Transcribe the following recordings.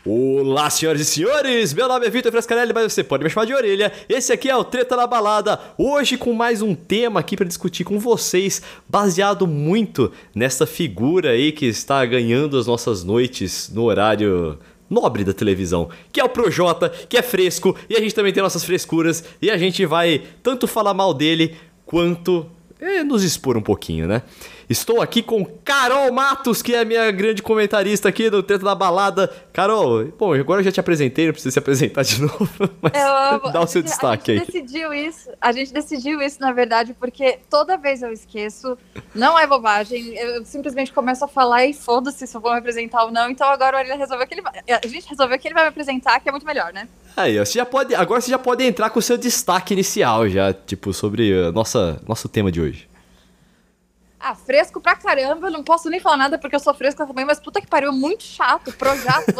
Olá, senhoras e senhores, meu nome é Vitor Frescarelli, mas você pode me chamar de Orelha. Esse aqui é o Treta na Balada, hoje com mais um tema aqui pra discutir com vocês, baseado muito nessa figura aí que está ganhando as nossas noites no horário nobre da televisão, que é o Projota, que é fresco, e a gente também tem nossas frescuras, e a gente vai tanto falar mal dele, quanto nos expor um pouquinho, né? Estou aqui com Carol Matos, que é a minha grande comentarista aqui do Treta da Balada. Carol, bom, agora eu já te apresentei, não preciso se apresentar de novo, mas dá o seu destaque aí. A gente decidiu isso, na verdade, porque toda vez eu esqueço, não é bobagem, eu simplesmente começo a falar e foda-se se eu vou me apresentar ou não, então agora a gente resolveu que ele vai me apresentar, que é muito melhor, né? Aí, ó, agora você já pode entrar com o seu destaque inicial já, tipo, sobre nosso tema de hoje. Ah, fresco pra caramba, eu não posso nem falar nada porque eu sou fresca também, mas puta que pariu, muito chato. Projato,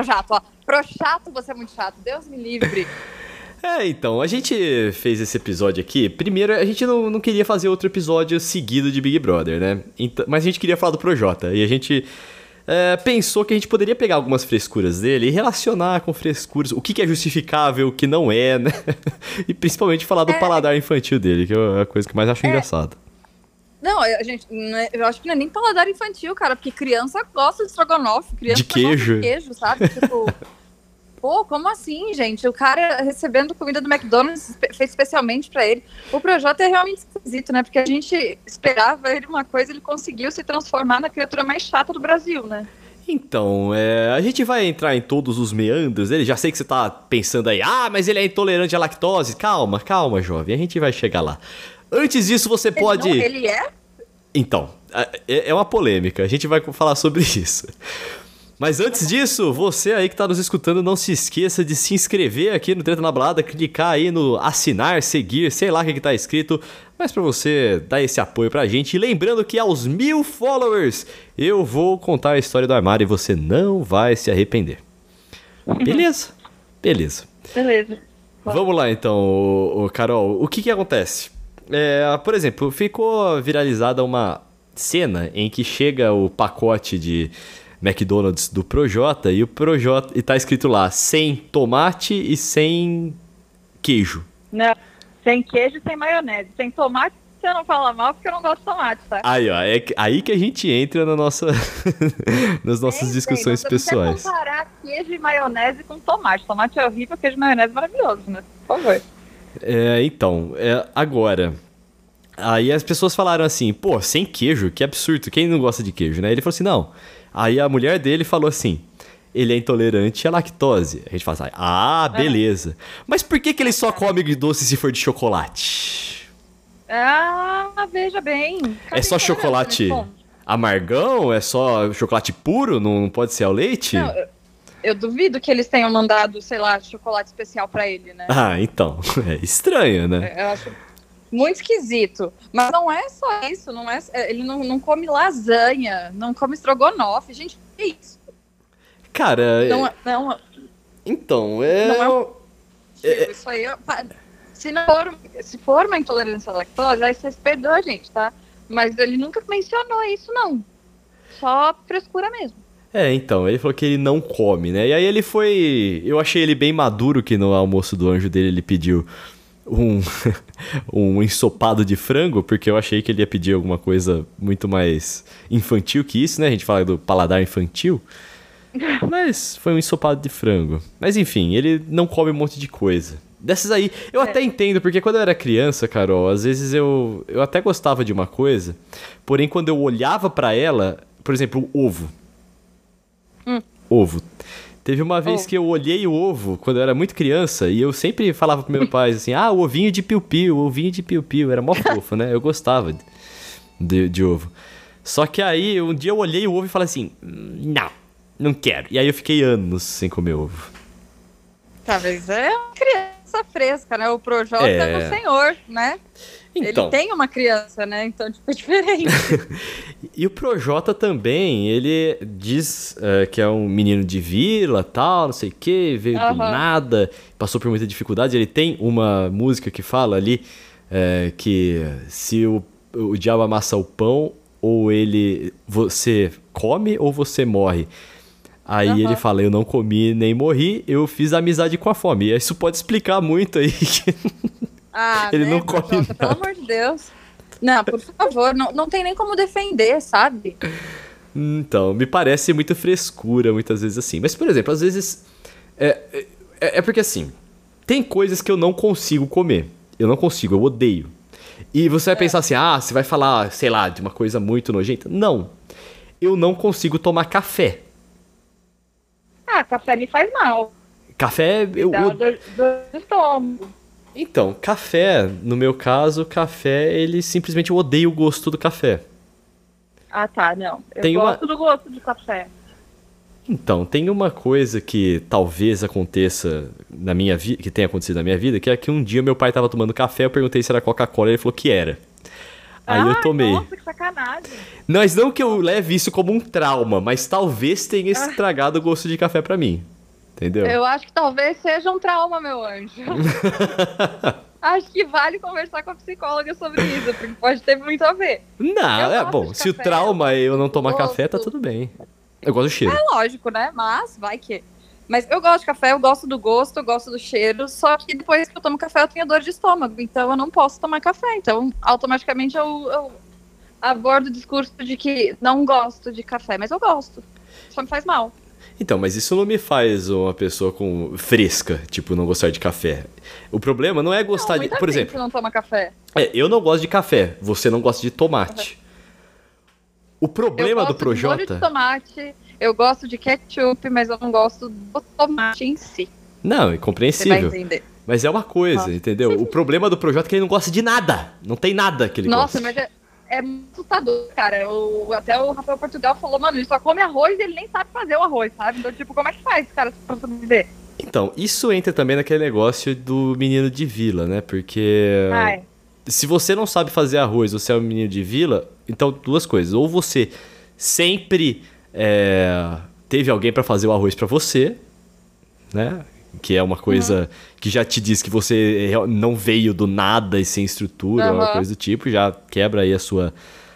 você é muito chato, Deus me livre. Então, a gente fez esse episódio aqui. Primeiro, a gente não queria fazer outro episódio seguido de Big Brother, né? Então, mas a gente queria falar do Projota. E a gente pensou que a gente poderia pegar algumas frescuras dele e relacionar com frescuras. O que é justificável, o que não é, né? E principalmente falar do paladar infantil dele, que é a coisa que eu mais acho engraçada. Não, eu acho que não é nem paladar infantil, cara, porque criança gosta de estrogonofe, criança de queijo. Gosta de queijo, sabe? Tipo, pô, como assim, gente? O cara recebendo comida do McDonald's feita especialmente pra ele. O Projota é realmente esquisito, né? Porque a gente esperava ele uma coisa, ele conseguiu se transformar na criatura mais chata do Brasil, né? Então, a gente vai entrar em todos os meandros dele. Já sei que você tá pensando aí, mas ele é intolerante à lactose. Calma, jovem, a gente vai chegar lá. Antes disso, você pode... Ele é? Então, é uma polêmica, a gente vai falar sobre isso. Mas antes disso, você aí que tá nos escutando, não se esqueça de se inscrever aqui no Treta na Balada, clicar aí no assinar, seguir, sei lá o que tá escrito, mas pra você dar esse apoio pra gente. E lembrando que aos 1000 followers, eu vou contar a história do armário e você não vai se arrepender. Beleza? Beleza. Vamos lá então, Carol, o que acontece? Por exemplo, ficou viralizada uma cena em que chega o pacote de McDonald's do Projota e e tá escrito lá, sem tomate e sem queijo. Não, sem queijo e sem maionese. Sem tomate você não fala mal porque eu não gosto de tomate, tá? Aí, ó, é aí que a gente entra na nas nossas discussões pessoais. Você não quer comparar queijo e maionese com tomate. Tomate é horrível, queijo e maionese é maravilhoso, né? Por favor. Então, agora, aí as pessoas falaram assim, pô, sem queijo, que absurdo, quem não gosta de queijo, né? Ele falou assim, não, aí a mulher dele falou assim, ele é intolerante à lactose. A gente fala assim, beleza, mas por que ele só come doce se for de chocolate? Veja bem. É só chocolate amargão? É só chocolate puro? Não pode ser ao leite? Não, eu duvido que eles tenham mandado, sei lá, chocolate especial pra ele, né? Então, é estranho, né? Eu acho muito esquisito. Mas não é só isso, ele não come lasanha, não come estrogonofe. Gente, que isso? Cara... Então, Isso aí... Se for uma intolerância à lactose, aí vocês perdoam a gente, tá? Mas ele nunca mencionou isso, não. Só frescura mesmo. Então, ele falou que ele não come, né? E aí ele foi... Eu achei ele bem maduro que no almoço do anjo dele ele pediu um ensopado de frango, porque eu achei que ele ia pedir alguma coisa muito mais infantil que isso, né? A gente fala do paladar infantil. Mas foi um ensopado de frango. Mas enfim, ele não come um monte de coisa. Dessas aí, eu até entendo, porque quando eu era criança, Carol, às vezes eu até gostava de uma coisa, porém quando eu olhava pra ela, por exemplo, o ovo. Ovo. Teve uma vez que eu olhei o ovo quando eu era muito criança e eu sempre falava pro meu pai assim, o ovinho de piu-piu, era mó fofo, né? Eu gostava de ovo. Só que aí, um dia eu olhei o ovo e falei assim, não quero. E aí eu fiquei anos sem comer ovo. Talvez é uma criança fresca, né? O Projota é o senhor, né? Então, ele tem uma criança, né? Então, tipo, é diferente. E o Projota também, ele diz que é um menino de vila, tal, não sei o que, veio do nada, passou por muita dificuldade. Ele tem uma música que fala ali que se o diabo amassa o pão, ou você come ou você morre. Aí ele fala, eu não comi nem morri, eu fiz amizade com a fome. E isso pode explicar muito aí que ele não come Projota, nada. pelo amor de Deus. Não, por favor, não tem nem como defender, sabe? Então, me parece muito frescura muitas vezes assim. Mas, por exemplo, às vezes... É porque assim, tem coisas que eu não consigo comer. Eu não consigo, eu odeio. E você vai pensar assim, você vai falar, sei lá, de uma coisa muito nojenta. Não, eu não consigo tomar café. Café me faz mal. Café... Dá dor do estômago. Então, café, no meu caso, café, ele simplesmente eu odeio o gosto do café. Tá, não. Eu Tem gosto do gosto de café. Então, tem uma coisa que talvez aconteça na minha vida, que tenha acontecido na minha vida, que é que um dia meu pai tava tomando café, eu perguntei se era Coca-Cola, ele falou que era. Aí eu tomei. Nossa, que sacanagem. Mas não que eu leve isso como um trauma, mas talvez tenha estragado o gosto de café pra mim. Entendeu? Eu acho que talvez seja um trauma, meu anjo. Acho que vale conversar com a psicóloga sobre isso, porque pode ter muito a ver. Não, bom, se o trauma é eu não tomar gosto. café, tá tudo bem. Eu gosto do cheiro. É lógico, né? Mas vai que... Mas eu gosto de café, eu gosto do gosto, eu gosto do cheiro, só que depois que eu tomo café eu tenho dor de estômago, então eu não posso tomar café. Então, automaticamente eu abordo o discurso de que não gosto de café, mas eu gosto. Só me faz mal. Então, mas isso não me faz uma pessoa fresca, tipo, não gostar de café. O problema não é gostar de... Por exemplo, você não toma café. eu não gosto de café, você não gosta de tomate. O problema do Projota... Eu gosto de molho de tomate, eu gosto de ketchup, mas eu não gosto do tomate em si. Não, é compreensível. Você vai entender. Mas é uma coisa, entendeu? O problema do Projota é que ele não gosta de nada. Não tem nada que ele gosta. Nossa, mas é muito assustador, cara. Até o Rafael Portugal falou, mano, ele só come arroz e ele nem sabe fazer o arroz, sabe? Então, tipo, como é que faz, cara, pra sobreviver? Então, isso entra também naquele negócio do menino de vila, né? Porque se você não sabe fazer arroz, você é um menino de vila, então duas coisas. Ou você sempre teve alguém pra fazer o arroz pra você, né? Que é uma coisa que já te diz que você não veio do nada e sem estrutura, uma coisa do tipo, já quebra aí a sua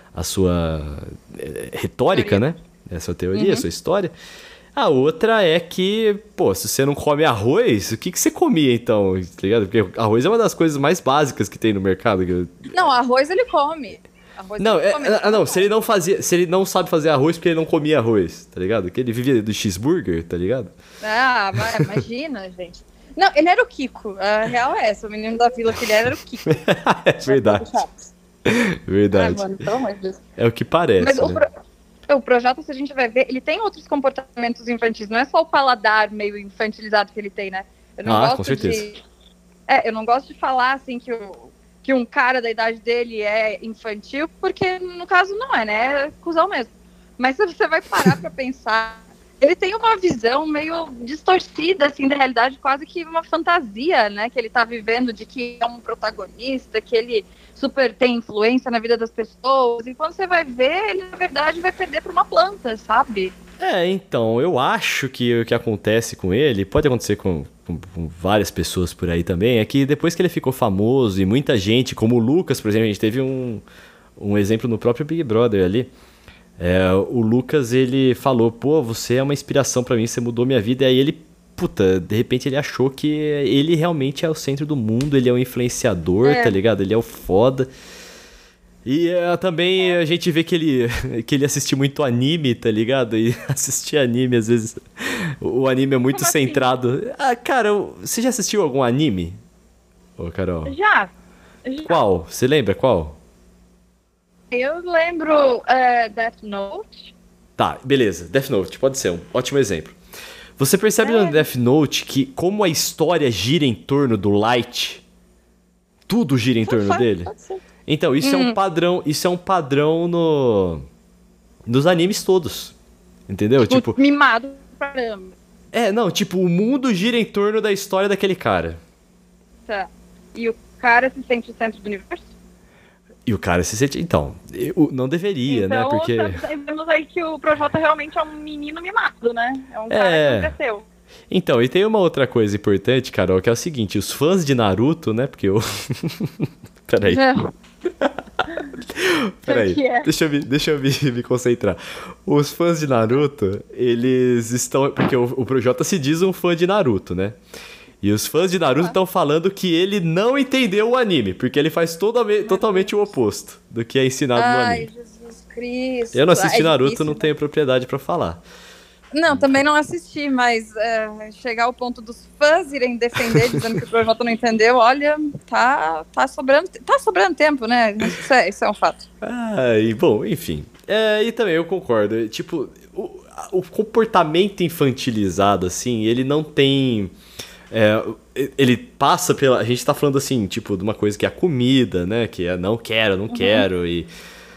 retórica, teoria. né? Essa teoria, a sua história. A outra é que, pô, se você não come arroz, o que você comia então? Tá ligado? Porque arroz é uma das coisas mais básicas que tem no mercado. Não, arroz ele come. Não, se ele não sabe fazer arroz porque ele não comia arroz, tá ligado? Que ele vivia do cheeseburger, tá ligado? Mas imagina, gente. Não, ele era o Kiko. A real é essa, o menino da vila que ele era o Kiko. É verdade. Verdade. Mano, pelo amor de Deus. É o que parece. Mas né? o Projota, se a gente vai ver, ele tem outros comportamentos infantis. Não é só o paladar meio infantilizado que ele tem, né? Eu não gosto com certeza. eu não gosto de falar assim que um cara da idade dele é infantil, porque no caso não é, né? É cuzão mesmo. Mas se você vai parar pra pensar, ele tem uma visão meio distorcida, assim, da realidade, quase que uma fantasia, né? Que ele tá vivendo de que é um protagonista, que ele super tem influência na vida das pessoas. E quando você vai ver, ele, na verdade, vai perder pra uma planta, sabe? Então, eu acho que o que acontece com ele, pode acontecer com várias pessoas por aí também, é que depois que ele ficou famoso e muita gente, como o Lucas, por exemplo, a gente teve um exemplo no próprio Big Brother ali, o Lucas, ele falou, pô, você é uma inspiração pra mim, você mudou minha vida, e aí ele, de repente ele achou que ele realmente é o centro do mundo, ele é o influenciador, tá ligado? Ele é o foda. E também a gente vê que ele assistiu muito anime, tá ligado? E assistir anime, às vezes, o anime é muito centrado. Cara, você já assistiu algum anime? Ô, Carol. Já. Qual? Você lembra qual? Eu lembro Death Note. Tá, beleza. Death Note, pode ser um ótimo exemplo. Você percebe no Death Note que como a história gira em torno do Light, tudo gira em torno dele? Pode ser. Então, isso é um padrão nos animes todos. Entendeu? Tipo, mimado pra caramba. Não, tipo, o mundo gira em torno da história daquele cara. Tá. E o cara se sente o centro do universo? E o cara se sente... Então, não deveria, né? Porque... Vemos aí que o Projota realmente é um menino mimado, né? É um cara que não cresceu. Então, e tem uma outra coisa importante, Carol, que é o seguinte, os fãs de Naruto, né? Porque eu... Peraí. Peraí, que é? deixa eu me concentrar. Os fãs de Naruto, eles estão... Porque o Projota se diz um fã de Naruto, né? E os fãs de Naruto estão falando que ele não entendeu o anime, porque ele faz totalmente o oposto do que é ensinado no anime. Ai, Jesus Cristo. Eu não assisti Naruto, difícil, não né? tenho propriedade pra falar. Não, também não assisti, mas chegar ao ponto dos fãs irem defender, dizendo que o Projota não entendeu, olha, tá sobrando tempo, né? Isso é um fato. Bom, enfim. E também eu concordo. Tipo, o comportamento infantilizado, assim, ele não tem... ele passa pela... A gente tá falando, assim, tipo, de uma coisa que é a comida, né? Que é não quero, não quero, e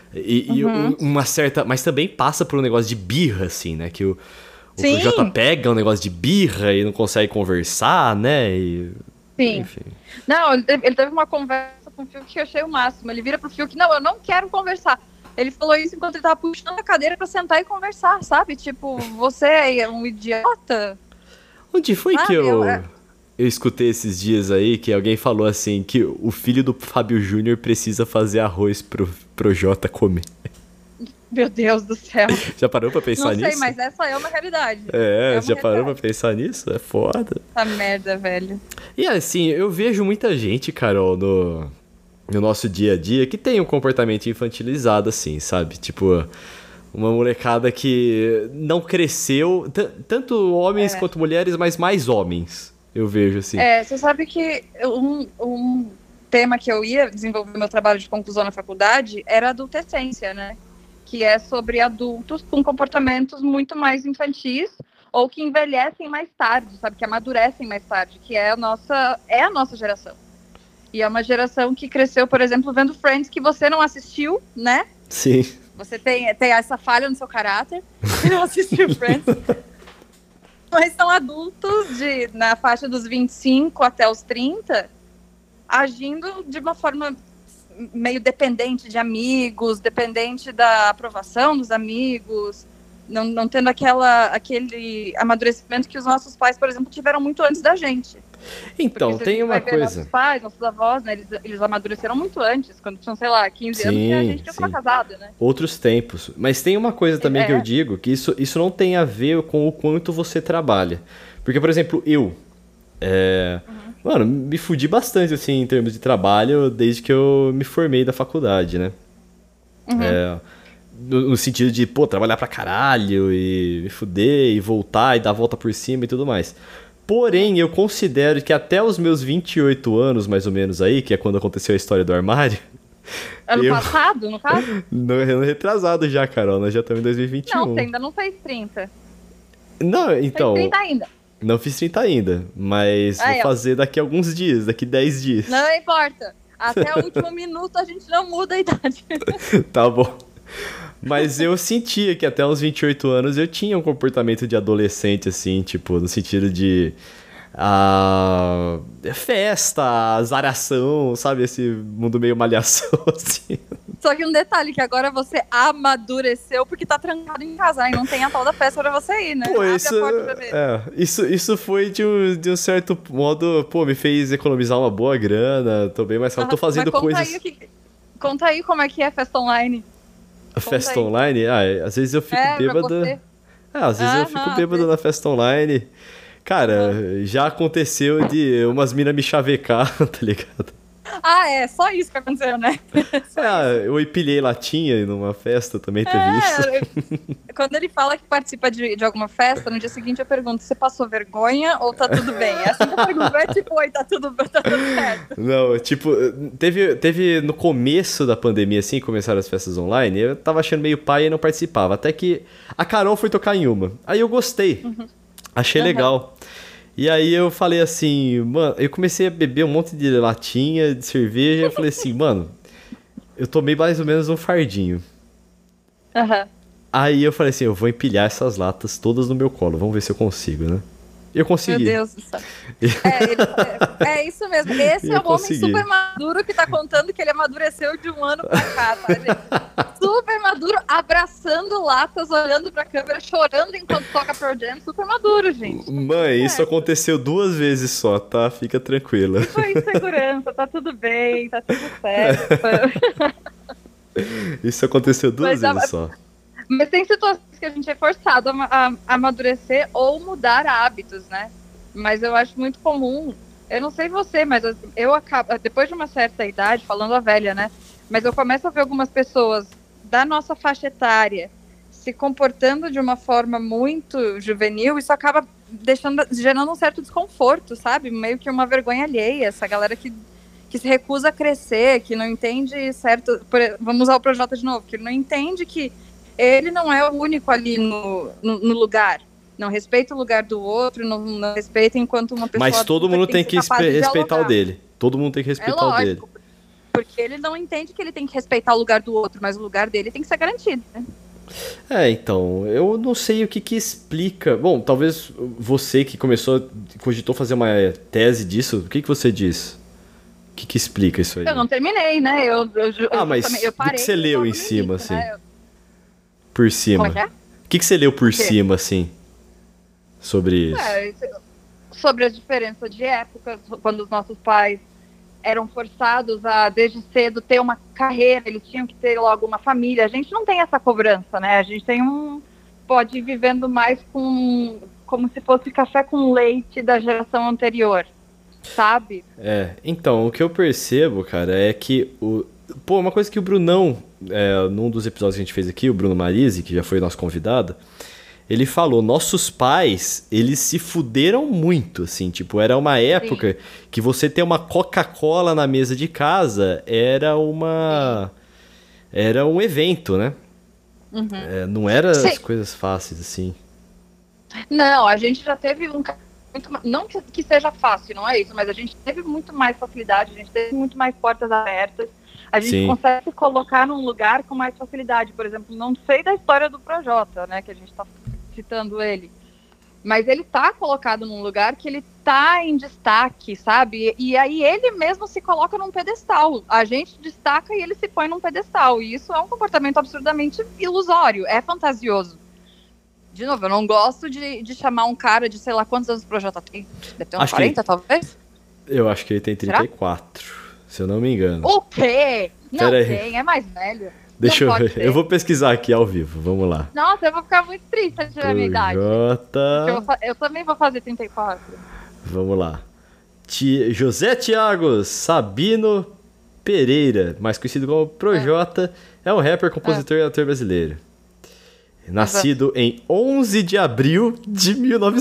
uma certa... Mas também passa por um negócio de birra, assim, né? Que o Projota pega um negócio de birra e não consegue conversar, né? Sim. Enfim. Não, ele teve uma conversa com o Fiuk que eu achei o máximo. Ele vira pro Fiuk, não, eu não quero conversar. Ele falou isso enquanto ele tava puxando a cadeira pra sentar e conversar, sabe? Tipo, você é um idiota. Onde foi que eu escutei esses dias aí que alguém falou assim que o filho do Fábio Júnior precisa fazer arroz pro Projota comer? Meu Deus do céu. Já parou pra pensar nisso? Não sei, mas essa é uma realidade. Já parou pra pensar nisso? É foda. Essa merda, velho. E assim, eu vejo muita gente, Carol, no nosso dia a dia que tem um comportamento infantilizado, assim, sabe? Tipo, uma molecada que não cresceu, tanto homens quanto mulheres, mas mais homens, eu vejo, assim. Você sabe que um tema que eu ia desenvolver no meu trabalho de conclusão na faculdade era adultescência, né? Que é sobre adultos com comportamentos muito mais infantis ou que envelhecem mais tarde, sabe? Que amadurecem mais tarde, que é a nossa geração. E é uma geração que cresceu, por exemplo, vendo Friends, que você não assistiu, né? Sim. Você tem essa falha no seu caráter, e não assistiu Friends. Mas são adultos na faixa dos 25 até os 30, agindo de uma forma meio dependente de amigos, dependente da aprovação dos amigos, não tendo aquele amadurecimento que os nossos pais, por exemplo, tiveram muito antes da gente. Então, tem uma coisa... Nossos pais, nossos avós, né, eles amadureceram muito antes, quando tinham, sei lá, 15 anos, e a gente já estava casada, né? Outros tempos. Mas tem uma coisa também que eu digo, que isso não tem a ver com o quanto você trabalha. Porque, por exemplo, mano, me fudi bastante, assim, em termos de trabalho, desde que eu me formei da faculdade, né? No sentido de, trabalhar pra caralho, e me fuder, e voltar, e dar a volta por cima e tudo mais. Porém, eu considero que até os meus 28 anos, mais ou menos aí, que é quando aconteceu a história do armário... Ano passado, no caso? Ano retrasado já, Carol, nós já estamos em 2021. Não, você ainda não fez 30. Não, então... Fez 30 ainda. Não fiz 30 ainda, mas vou fazer daqui a alguns dias, daqui 10 dias. Não importa. Até o último minuto a gente não muda a idade. Tá bom. Mas eu sentia que até uns 28 anos eu tinha um comportamento de adolescente, assim, tipo, no sentido de... festa, azaração, sabe? Esse mundo meio malhação, assim. Só que um detalhe, que agora você amadureceu porque tá trancado em casa, e não tem a tal da festa pra você ir, né? Pô, isso foi de um certo modo, me fez economizar uma boa grana, tô bem mais calmo, tô fazendo coisas... Conta aí como é que é festa online. Festa online? Às vezes eu fico bêbado. Às vezes eu fico bêbado na festa online. Cara, já aconteceu de umas minas me chavecar, tá ligado? Só isso que aconteceu, né? Eu empilhei latinha numa festa, também teve isso. Quando ele fala que participa de alguma festa, no dia seguinte eu pergunto, você passou vergonha ou tá tudo bem? É assim que eu pergunto, é tipo, oi, tá tudo certo. Não, tipo, teve no começo da pandemia, assim, começaram as festas online, eu tava achando meio pai e não participava, até que a Carol foi tocar em uma. Aí eu gostei, achei legal. E aí eu falei assim, mano, eu comecei a beber um monte de latinha de cerveja, e eu falei assim, mano, eu tomei mais ou menos um fardinho. Aí eu falei assim, eu vou empilhar essas latas todas no meu colo, vamos ver se eu consigo, né? Eu consegui. Meu Deus do céu. É isso mesmo. Esse é o homem super maduro que tá contando que ele amadureceu de um ano pra cá, tá, gente? Super maduro, abraçando latas, olhando pra câmera, chorando enquanto toca Pearl Jam. Super maduro, gente. Mãe, isso aconteceu 2 vezes só, tá? Fica tranquila. Foi insegurança, tá tudo bem, tá tudo certo. Isso aconteceu duas vezes só. Mas tem situações que a gente é forçado a amadurecer ou mudar hábitos, né? Mas eu acho muito comum, eu não sei você, mas eu acabo, depois de uma certa idade, falando a velha, né? Mas eu começo a ver algumas pessoas da nossa faixa etária se comportando de uma forma muito juvenil, isso acaba gerando um certo desconforto, sabe? Meio que uma vergonha alheia, essa galera que se recusa a crescer, que não entende certo... Vamos usar o Projota de novo, que não entende que ele não é o único ali no lugar. Não respeita o lugar do outro, não respeita enquanto uma pessoa... Mas todo mundo tem que respeitar o dele. Todo mundo tem que respeitar o dele. Porque ele não entende que ele tem que respeitar o lugar do outro, mas o lugar dele tem que ser garantido, né? Então, eu não sei o que explica. Bom, talvez você que cogitou fazer uma tese disso, o que você diz? O que explica isso aí? Eu não terminei, né? Mas eu parei, o que você leu em cima, início, assim? Né? Por cima. Como é que é? O que você leu por cima, assim, sobre isso? Sobre as diferenças de épocas, quando os nossos pais eram forçados a, desde cedo, ter uma carreira, eles tinham que ter logo uma família. A gente não tem essa cobrança, né? A gente tem pode ir vivendo mais como se fosse café com leite da geração anterior, sabe? Então, o que eu percebo, cara, é que uma coisa que o Brunão, num dos episódios que a gente fez aqui, o Bruno Marise, que já foi nosso convidado, ele falou, nossos pais, eles se fuderam muito, assim, tipo, era uma época que você ter uma Coca-Cola na mesa de casa era um evento, né? Uhum. Não era as coisas fáceis, assim. Não, a gente já teve não que seja fácil, não é isso, mas a gente teve muito mais facilidade, a gente teve muito mais portas abertas, a gente consegue se colocar num lugar com mais facilidade. Por exemplo, não sei da história do Projota, né, que a gente está citando ele, mas ele tá colocado num lugar que ele tá em destaque, sabe? E aí ele mesmo se coloca num pedestal. A gente destaca e ele se põe num pedestal. E isso é um comportamento absurdamente ilusório, é fantasioso. De novo, eu não gosto de chamar um cara de sei lá quantos anos o Projota tem. Deve ter uns 40, talvez? Eu acho que ele tem 34, se eu não me engano. O quê? Não tem, é mais velho. Deixa eu ver. Eu vou pesquisar aqui ao vivo. Vamos lá. Nossa, eu vou ficar muito triste se tiver a minha idade. Eu também vou fazer 34. Vamos lá. José Thiago Sabino Pereira, mais conhecido como Projota, é um rapper, compositor e ator brasileiro. Nascido em 11 de abril de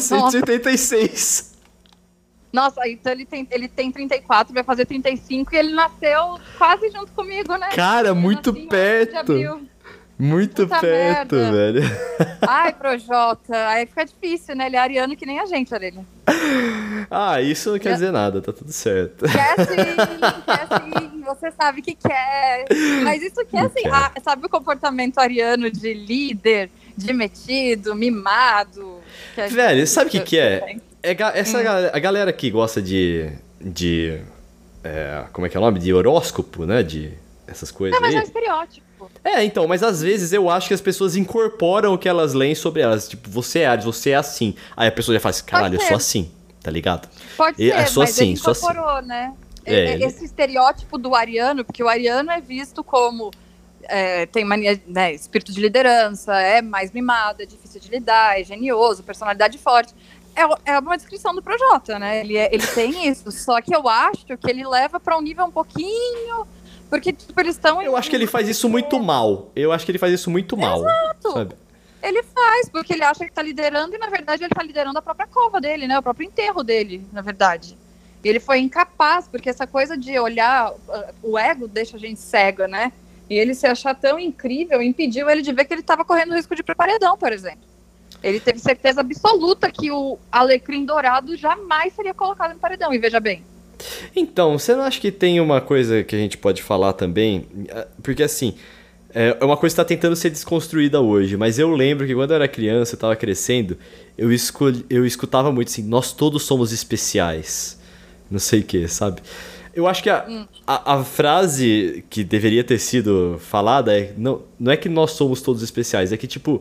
1986. Nossa, então ele tem 34, vai fazer 35 e ele nasceu quase junto comigo, né? Cara, muito perto. Muito Puta perto, merda. velho. Ai, Projota, aí fica difícil, né? Ele é ariano que nem a gente, olha ele. Isso não quer dizer nada, tá tudo certo. Quer sim, você sabe que quer. Mas isso quer assim, sabe o comportamento ariano de líder, de metido, mimado? Velho, sabe o que é? A galera que gosta de como é que é o nome? De horóscopo, né? De essas coisas mas aí. É um estereótipo. Então, mas às vezes eu acho que as pessoas incorporam o que elas leem sobre elas. Tipo, você é Ares, você é assim. Aí a pessoa já fala assim, caralho, eu sou assim, tá ligado? Pode ser, sou mas assim, ele incorporou, assim. Né? Esse estereótipo do ariano, porque o ariano é visto como... tem mania, né, espírito de liderança, é mais mimado, é difícil de lidar, é genioso, personalidade forte. É uma descrição do Projota, né? Ele tem isso, só que eu acho que ele leva para um nível um pouquinho... Porque, tipo, eles estão... Eu acho que ele faz isso muito mal. Exato. Sabe? Ele faz, porque ele acha que tá liderando e, na verdade, ele tá liderando a própria cova dele, né? O próprio enterro dele, na verdade. E ele foi incapaz, porque essa coisa de olhar... O ego deixa a gente cega, né? E ele se achar tão incrível impediu ele de ver que ele tava correndo risco de ir pro paredão, por exemplo. Ele teve certeza absoluta que o Alecrim Dourado jamais seria colocado no paredão, e veja bem. Então, você não acha que tem uma coisa que a gente pode falar também? Porque assim, é uma coisa que está tentando ser desconstruída hoje, mas eu lembro que quando eu era criança, eu estava crescendo, eu escutava muito assim, nós todos somos especiais, não sei o que, sabe? Eu acho que a frase que deveria ter sido falada não é que nós somos todos especiais, é que tipo,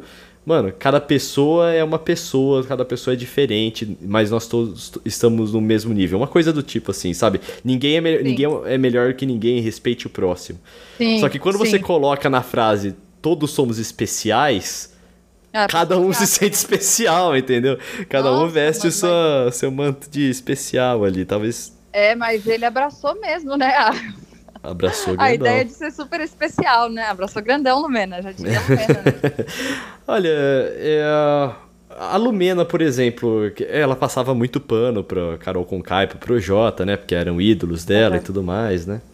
Mano, cada pessoa é uma pessoa, cada pessoa é diferente, mas nós todos estamos no mesmo nível. Uma coisa do tipo assim, sabe? Ninguém é melhor que ninguém, respeite o próximo. Sim, Só que quando você coloca na frase todos somos especiais, cada um se sente especial, entendeu? Cada um veste seu manto de especial ali, talvez... Mas ele abraçou mesmo, né? Abraçou grandão. A ideia de ser super especial, né? Abraçou grandão Lumena, já tinha Lumena, né? Olha, a Lumena, por exemplo, ela passava muito pano pra Carol Conká e pro Projota, né? Porque eram ídolos dela e tudo mais, né?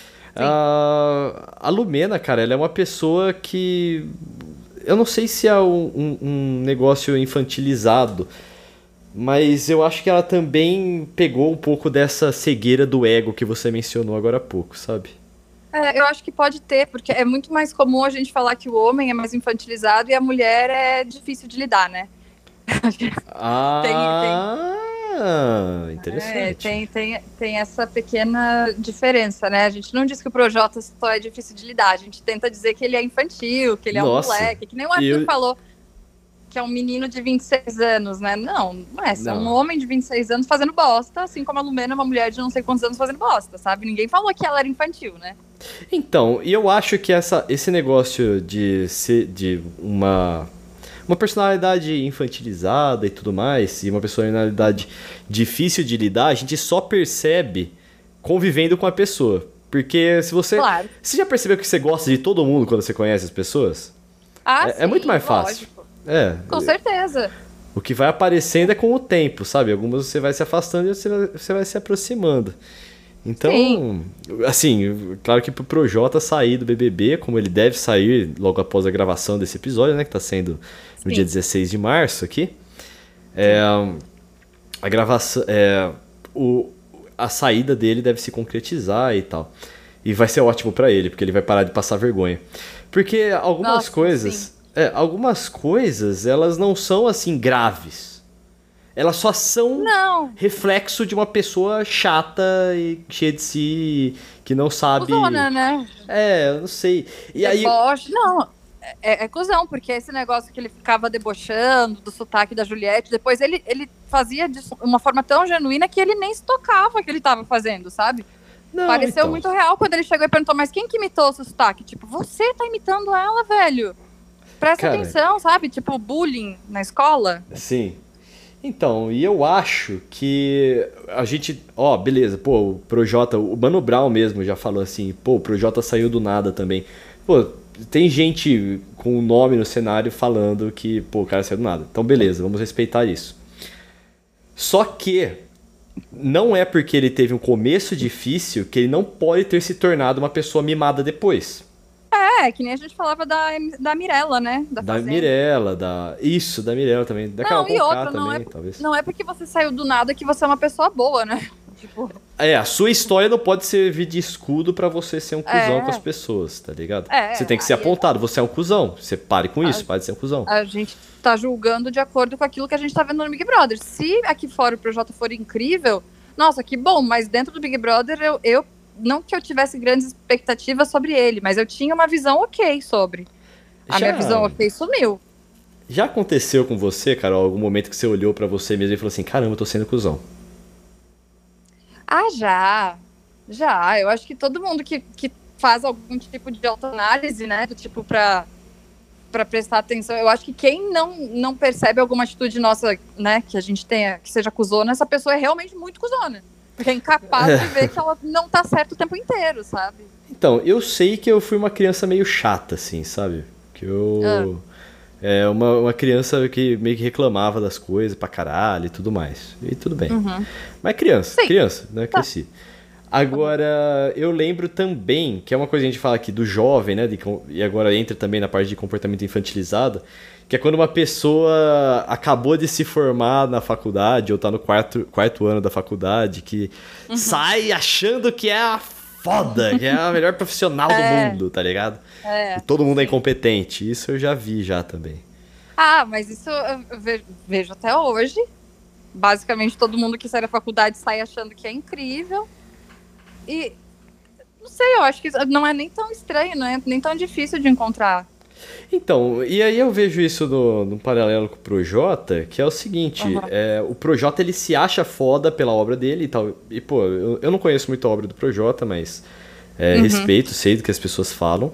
A Lumena, cara, ela é uma pessoa que... Eu não sei se é um negócio infantilizado, mas eu acho que ela também pegou um pouco dessa cegueira do ego que você mencionou agora há pouco, sabe? Eu acho que pode ter, porque é muito mais comum a gente falar que o homem é mais infantilizado e a mulher é difícil de lidar, né? Interessante. Tem essa pequena diferença, né? A gente não diz que o Projota só é difícil de lidar, a gente tenta dizer que ele é infantil, que ele é um moleque, que nem o Arthur falou, que é um menino de 26 anos, né? Não é. É um homem de 26 anos fazendo bosta, assim como a Lumena é uma mulher de não sei quantos anos fazendo bosta, sabe? Ninguém falou que ela era infantil, né? Então, e eu acho que esse negócio de ser de uma personalidade infantilizada e tudo mais, e uma personalidade difícil de lidar, a gente só percebe convivendo com a pessoa. Porque se você... Claro. Você já percebeu que você gosta de todo mundo quando você conhece as pessoas? Sim, muito mais fácil. Lógico. Com certeza. O que vai aparecendo é com o tempo, sabe? Algumas você vai se afastando e você vai se aproximando. Então, sim, assim, claro que pro Projota sair do BBB, como ele deve sair logo após a gravação desse episódio, né? Que tá sendo no dia 16 de março aqui. A gravação... a saída dele deve se concretizar e tal. E vai ser ótimo pra ele, porque ele vai parar de passar vergonha. Porque algumas coisas... algumas coisas, elas não são assim graves. Elas só são reflexo de uma pessoa chata e cheia de si, que não sabe... Cusona, né? Eu não sei. E aí... Não, é cuzão, porque esse negócio que ele ficava debochando do sotaque da Juliette, depois ele fazia de uma forma tão genuína que ele nem se tocava que ele tava fazendo, sabe? Pareceu muito real quando ele chegou e perguntou, mas quem que imitou o seu sotaque? Tipo, você tá imitando ela, velho? Presta atenção, sabe? Tipo, bullying na escola. Sim. Então, e eu acho que a gente... beleza, pô, o Projota... O Mano Brown mesmo já falou assim, pô, o Projota saiu do nada também. Pô, tem gente com o nome no cenário falando que, pô, o cara saiu do nada. Então, beleza, vamos respeitar isso. Só que não é porque ele teve um começo difícil que ele não pode ter se tornado uma pessoa mimada depois. Que nem a gente falava da Mirella, né? Da Mirella, da Mirella também. Da Carol Conká também, talvez. Não é porque você saiu do nada que você é uma pessoa boa, né? Tipo... a sua história não pode servir de escudo pra você ser um cuzão com as pessoas, tá ligado? Você tem que ser apontado, você é um cuzão. Você pare com isso, pare de ser um cuzão. A gente tá julgando de acordo com aquilo que a gente tá vendo no Big Brother. Se aqui fora o Projota for incrível, nossa, que bom, mas dentro do Big Brother eu não que eu tivesse grandes expectativas sobre ele, mas eu tinha uma visão ok sobre. Minha visão ok sumiu. Já aconteceu com você, Carol, algum momento que você olhou pra você mesmo e falou assim, caramba, eu tô sendo cuzão? Já. Eu acho que todo mundo que faz algum tipo de autoanálise, né, do tipo pra prestar atenção, eu acho que quem não percebe alguma atitude nossa, né, que a gente tenha, que seja cuzona, essa pessoa é realmente muito cuzona. Porque é incapaz de ver que ela não tá certa o tempo inteiro, sabe? Então, eu sei que eu fui uma criança meio chata, assim, sabe? Que eu... uma criança que meio que reclamava das coisas pra caralho e tudo mais. E tudo bem. Mas criança, né? Tá. Cresci. Agora, eu lembro também, que é uma coisa que a gente fala aqui do jovem, né? E agora entra também na parte de comportamento infantilizado, que é quando uma pessoa acabou de se formar na faculdade, ou tá no quarto ano da faculdade, que sai achando que é a foda, que é a melhor profissional do mundo, tá ligado? E todo mundo é incompetente. Isso eu já vi já também. Mas isso eu vejo até hoje. Basicamente, todo mundo que sai da faculdade sai achando que é incrível. E, não sei, eu acho que não é nem tão estranho, não é nem tão difícil de encontrar. Então, e aí eu vejo isso no paralelo com o Projota, que é o seguinte, o Projota ele se acha foda pela obra dele e tal, e pô, eu não conheço muito a obra do Projota, mas respeito, sei do que as pessoas falam,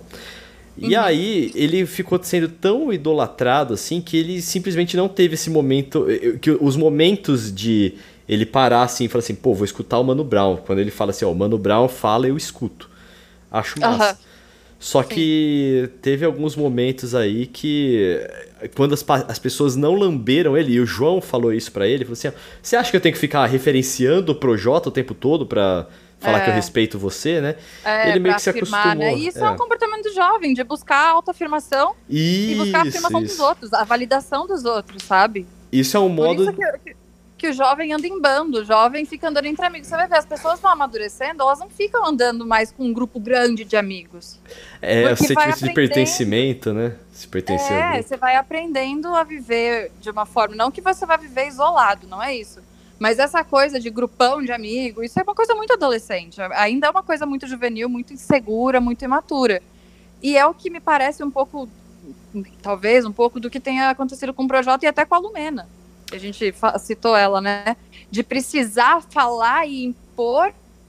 e aí ele ficou sendo tão idolatrado assim, que ele simplesmente não teve esse momento, que os momentos de ele parar assim e falar assim, pô, vou escutar o Mano Brown, quando ele fala assim, ó, o Mano Brown fala, eu escuto, acho massa. Só que teve alguns momentos aí que, quando as pessoas não lamberam ele, e o João falou isso pra ele, falou assim, você acha que eu tenho que ficar referenciando o Projota o tempo todo pra falar que eu respeito você, né? Ele meio que se acostumou. Né? Isso é um comportamento jovem, de buscar autoafirmação e buscar a afirmação dos outros, a validação dos outros, sabe? Isso é um modo... Por isso que o jovem anda em bando, o jovem fica andando entre amigos. Você vai ver, as pessoas vão amadurecendo, elas não ficam andando mais com um grupo grande de amigos. O sentimento de pertencimento, né? Se pertencer ao grupo. Você vai aprendendo a viver de uma forma, não que você vai viver isolado, não é isso. Mas essa coisa de grupão de amigos, isso é uma coisa muito adolescente. Ainda é uma coisa muito juvenil, muito insegura, muito imatura. E é o que me parece um pouco, talvez, um pouco do que tenha acontecido com o Projota e até com a Lumena. A gente citou ela, né? De precisar falar e impor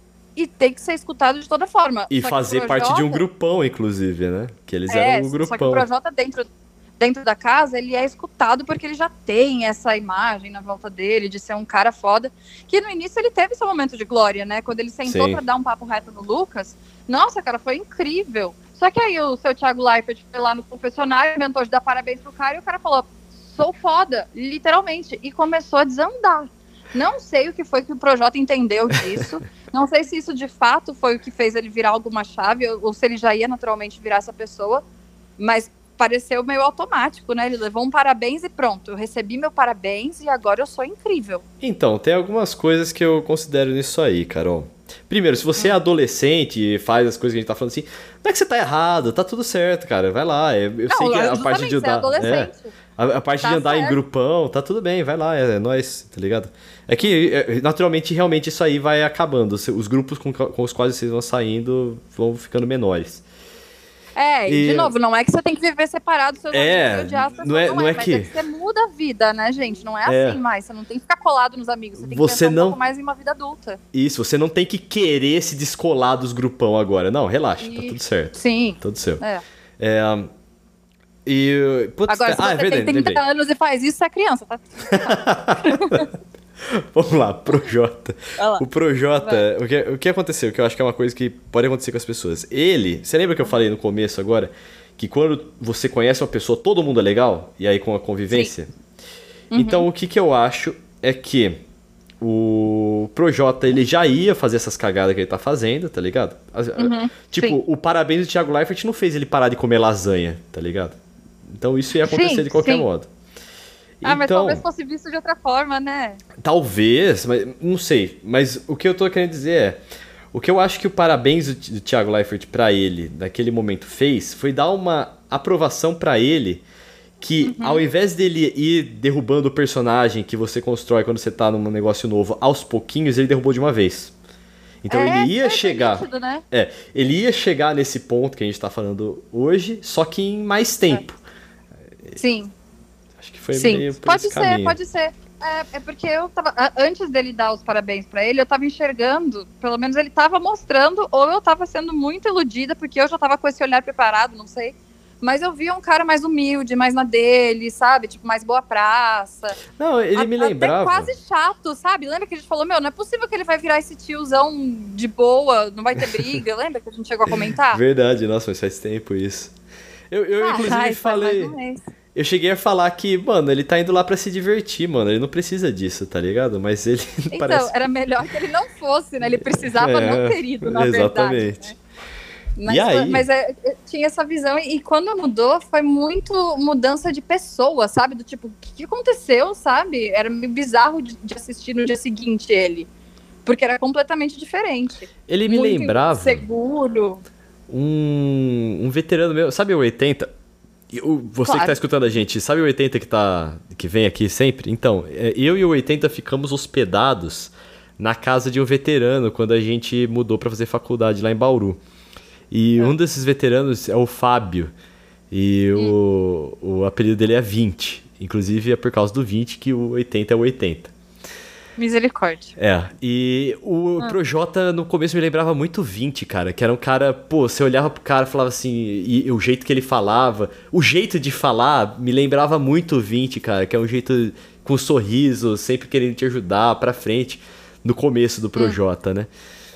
e ter que ser escutado de toda forma. E fazer parte de um grupão, inclusive, né? Que eles eram um grupão. Só que o Projota dentro da casa, ele é escutado porque ele já tem essa imagem na volta dele de ser um cara foda, que no início ele teve seu momento de glória, né? Quando ele sentou pra dar um papo reto no Lucas, nossa, cara, foi incrível. Só que aí o seu Thiago Leifert foi lá no confessionário, inventou de dar parabéns pro cara e o cara falou, sou foda, literalmente, e começou a desandar. Não sei o que foi que o Projota entendeu disso, não sei se isso de fato foi o que fez ele virar alguma chave, ou se ele já ia naturalmente virar essa pessoa, mas pareceu meio automático, né? Ele levou um parabéns e pronto, eu recebi meu parabéns e agora eu sou incrível. Então, tem algumas coisas que eu considero nisso aí, Carol. Primeiro, se você é adolescente e faz as coisas que a gente tá falando assim, não é que você tá errado, tá tudo certo, cara, vai lá. Eu sei que a parte de andar... A parte de andar em grupão, tá tudo bem, vai lá, é nóis, tá ligado? É que, naturalmente, realmente isso aí vai acabando. Os grupos com os quais vocês vão saindo vão ficando menores. De novo, não é que você tem que viver separado do seu amigos e odiar as pessoas, não é que você muda a vida, né, gente? Não é assim mais, você não tem que ficar colado nos amigos, você tem que pensar um pouco mais em uma vida adulta. Isso, você não tem que querer se descolar dos grupão agora. Não, relaxa, tá tudo certo. Sim. Tudo certo. Agora, se você tem 30 anos e faz isso, você é criança, tá? Vamos lá, Projota. O Projota, o que aconteceu? Que eu acho que é uma coisa que pode acontecer com as pessoas. Você lembra que eu falei no começo agora, que quando você conhece uma pessoa, todo mundo é legal? E aí com a convivência? Então, o que eu acho é que o Projota, ele já ia fazer essas cagadas que ele tá fazendo, tá ligado? Tipo, o parabéns do Thiago Leifert não fez ele parar de comer lasanha, tá ligado? Então isso ia acontecer de qualquer modo. Mas talvez fosse visto de outra forma, né? Talvez, mas não sei. Mas o que eu tô querendo dizer é... O que eu acho que o parabéns do Thiago Leifert pra ele, naquele momento, fez, foi dar uma aprovação pra ele que, ao invés dele ir derrubando o personagem que você constrói quando você tá num negócio novo, aos pouquinhos, ele derrubou de uma vez. Então ele ia chegar... nítido, né? Ele ia chegar nesse ponto que a gente tá falando hoje, só que em mais tempo. Sim. Acho que foi meio por esse caminho. Pode ser. É porque eu tava... Antes dele dar os parabéns pra ele, eu tava enxergando, pelo menos ele tava mostrando, ou eu tava sendo muito iludida, porque eu já tava com esse olhar preparado, não sei. Mas eu via um cara mais humilde, mais na dele, sabe? Tipo, mais boa praça. Não, ele me lembrava... Até quase chato, sabe? Lembra que a gente falou, não é possível que ele vai virar esse tiozão de boa, não vai ter briga. Lembra que a gente chegou a comentar? Verdade, nossa, mas faz tempo isso. Eu inclusive, falei... Eu cheguei a falar que, mano, ele tá indo lá pra se divertir, mano. Ele não precisa disso, tá ligado? Mas ele então, parece... era melhor que ele não fosse, né? Ele precisava não ter ido, na exatamente. Verdade. Né? Mas tinha essa visão. E quando mudou, foi muito mudança de pessoa, sabe? Do tipo, o que aconteceu, sabe? Era meio bizarro de assistir no dia seguinte ele. Porque era completamente diferente. Ele me lembrava... seguro. Um veterano meu... Sabe o 80... Você que tá escutando a gente, sabe o 80 que vem aqui sempre? Então, eu e o 80 ficamos hospedados na casa de um veterano quando a gente mudou pra fazer faculdade lá em Bauru. E um desses veteranos é o Fábio. E o apelido dele é 20. Inclusive é por causa do 20 que o 80 é o 80. Misericórdia. E o Projota no começo me lembrava muito 20, cara. Que era um cara, pô, você olhava pro cara e falava assim, e o jeito que ele falava, o jeito de falar me lembrava muito 20, cara. Que é um jeito com sorriso, sempre querendo te ajudar pra frente, no começo do Projota, né?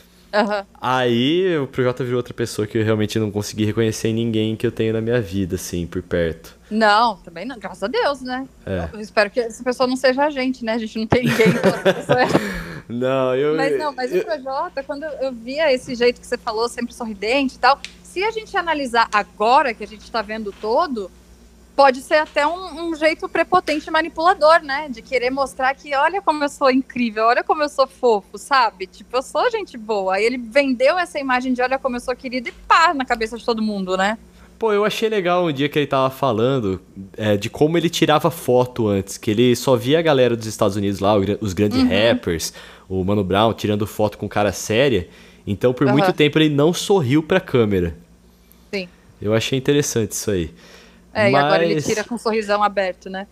Aí o Projota virou outra pessoa que eu realmente não consegui reconhecer em ninguém que eu tenho na minha vida, assim, por perto. Não, também não, graças a Deus, né? Eu espero que essa pessoa não seja a gente, né? A gente não tem ninguém. Não, Mas o Projota, quando eu via esse jeito que você falou, sempre sorridente e tal, se a gente analisar agora que a gente tá vendo todo, pode ser até um jeito prepotente e manipulador, né? De querer mostrar que olha como eu sou incrível, olha como eu sou fofo, sabe? Tipo, eu sou gente boa. Aí ele vendeu essa imagem de olha como eu sou querido e pá, na cabeça de todo mundo, né? Pô, eu achei legal um dia que ele tava falando de como ele tirava foto antes, que ele só via a galera dos Estados Unidos lá, os grandes rappers, o Mano Brown tirando foto com cara séria, então por muito tempo ele não sorriu pra câmera. Sim. Eu achei interessante isso aí. E agora ele tira com um sorrisão aberto, né?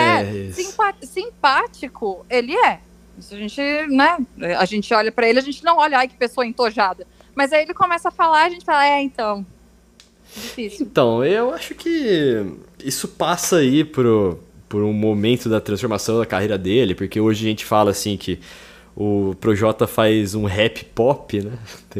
Simpático ele é. Isso a gente, né? A gente olha pra ele, a gente não olha, ai que pessoa entojada. Mas aí ele começa a falar, a gente fala, então... Difícil. Então, eu acho que isso passa aí por um momento da transformação da carreira dele, porque hoje a gente fala assim que o Projota faz um rap pop, né?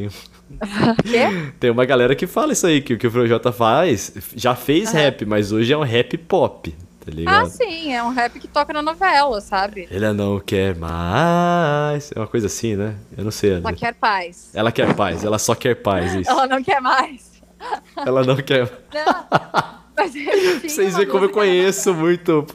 Tem uma galera que fala isso aí, que o que o Projota faz, já fez rap, mas hoje é um rap pop, tá ligado? Ah, sim, é um rap que toca na novela, sabe? Ele não quer mais, é uma coisa assim, né? Eu não sei. Ela quer paz. Ela quer paz, ela só quer paz, isso. Ela não quer mais. Ela não quer. Não, mas vocês veem como eu conheço muito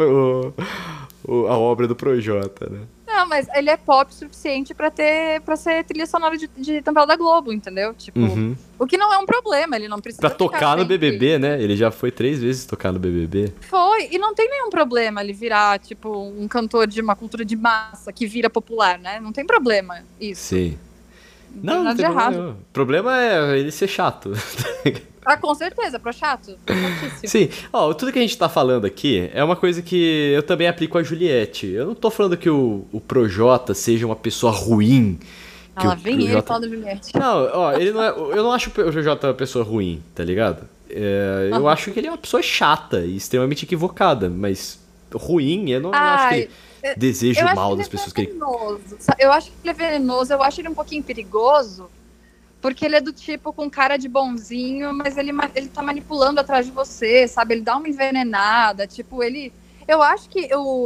a obra do Projota, né? Não, mas ele é pop o suficiente pra ser trilha sonora de novela da Globo, entendeu? Tipo, o que não é um problema, ele não precisa pra tocar no BBB, né? Ele já foi 3 vezes tocar no BBB. Foi, e não tem nenhum problema ele virar, tipo, um cantor de uma cultura de massa que vira popular, né? Não tem problema isso. Sim. Não, nada de errado. O problema é ele ser chato. Com certeza, pro chato. Chatíssimo. Sim, tudo que a gente tá falando aqui é uma coisa que eu também aplico a Juliette. Eu não tô falando que o Projota seja uma pessoa ruim. Ela vem ele fala da Juliette. Não, ele não é. Eu não acho o Projota uma pessoa ruim, tá ligado? Eu acho que ele é uma pessoa chata e extremamente equivocada, mas ruim, eu não acho que ele deseja o mal das pessoas que ele. Eu acho que ele é venenoso, eu acho ele um pouquinho perigoso. Porque ele é do tipo com cara de bonzinho, mas ele tá manipulando atrás de você, sabe? Ele dá uma envenenada, tipo, ele... Eu acho que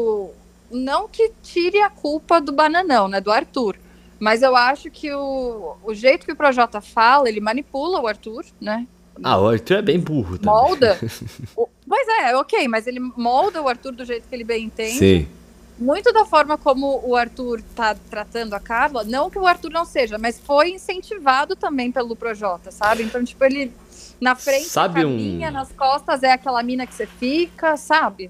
não que tire a culpa do Bananão, né? Do Arthur. Mas eu acho que o jeito que o Projota fala, ele manipula o Arthur, né? O Arthur é bem burro também. Molda. Pois ok, mas ele molda o Arthur do jeito que ele bem entende. Sim. Muito da forma como o Arthur tá tratando a Carla, não que o Arthur não seja, mas foi incentivado também pelo Projota, sabe? Então, tipo, ele na frente sabe é a caminha, nas costas é aquela mina que você fica, sabe?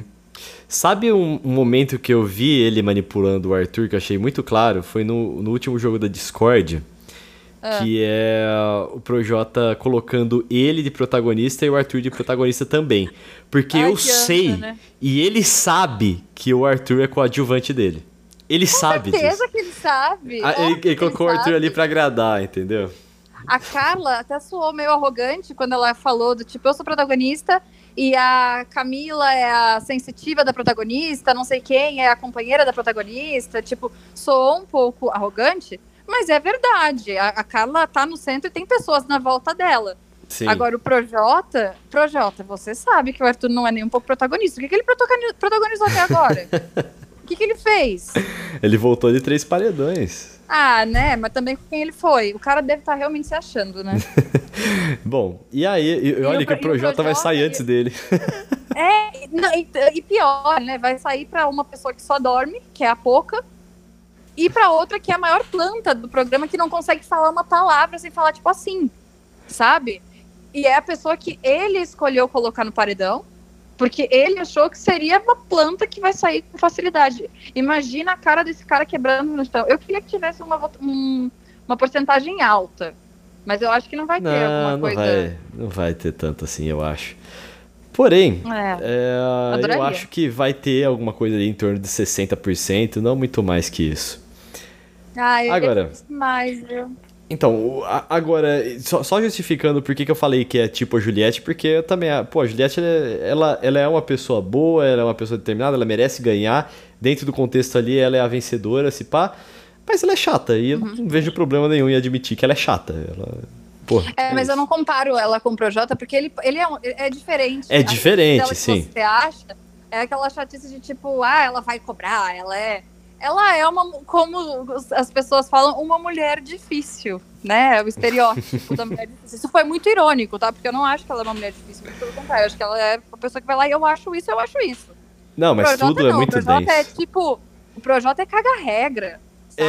Sabe um momento que eu vi ele manipulando o Arthur, que eu achei muito claro, foi no último jogo da Discord, que é o Projota colocando ele de protagonista e o Arthur de protagonista também. Porque eu sei, né? E ele sabe que o Arthur é coadjuvante dele. Ele sabe disso. Com certeza que ele sabe. Ele colocou o Arthur ali pra agradar, entendeu? A Carla até soou meio arrogante quando ela falou do tipo, eu sou protagonista e a Camila é a sensitiva da protagonista, não sei quem é a companheira da protagonista. Tipo, soou um pouco arrogante. Mas é verdade, a Carla tá no centro e tem pessoas na volta dela. Sim. Agora o Projota, você sabe que o Arthur não é nem um pouco protagonista. O que ele protagonizou até agora? O que ele fez? Ele voltou de 3 paredões. Né? Mas também com quem ele foi. O cara deve estar realmente se achando, né? Bom, e aí, olha que o Projota vai sair antes dele. E pior, né? Vai sair pra uma pessoa que só dorme, que é a Poca. E pra outra que é a maior planta do programa, que não consegue falar uma palavra sem falar, tipo assim, sabe? E é a pessoa que ele escolheu colocar no paredão, porque ele achou que seria uma planta que vai sair com facilidade. Imagina a cara desse cara quebrando no chão. Eu queria que tivesse uma porcentagem alta, mas eu acho que não vai ter alguma coisa... Não vai ter tanto assim, eu acho. Porém, eu adoraria. acho que vai ter alguma coisa ali em torno de 60%, não muito mais que isso. Ah, eu Agora, mais, viu? então, agora, só justificando por que eu falei que é tipo a Juliette, porque eu também, pô, a Juliette, ela é uma pessoa boa, ela é uma pessoa determinada, ela merece ganhar, dentro do contexto ali, ela é a vencedora, se pá, mas ela é chata, e eu não vejo problema nenhum em admitir que ela é chata, porra, Mas isso. eu não comparo ela com o Projota, porque ele é diferente. É diferente, A chatice dela sim. que você acha é aquela chatice de tipo, ela vai cobrar, ela é uma, como as pessoas falam, uma mulher difícil, né? O estereótipo da mulher difícil. Isso foi muito irônico, tá? Porque eu não acho que ela é uma mulher difícil, muito pelo contrário. Eu acho que ela é uma pessoa que vai lá e eu acho isso. Não, mas Projota tudo é muito O Projota é denso. tipo, o Projota é caga-regra, sabe?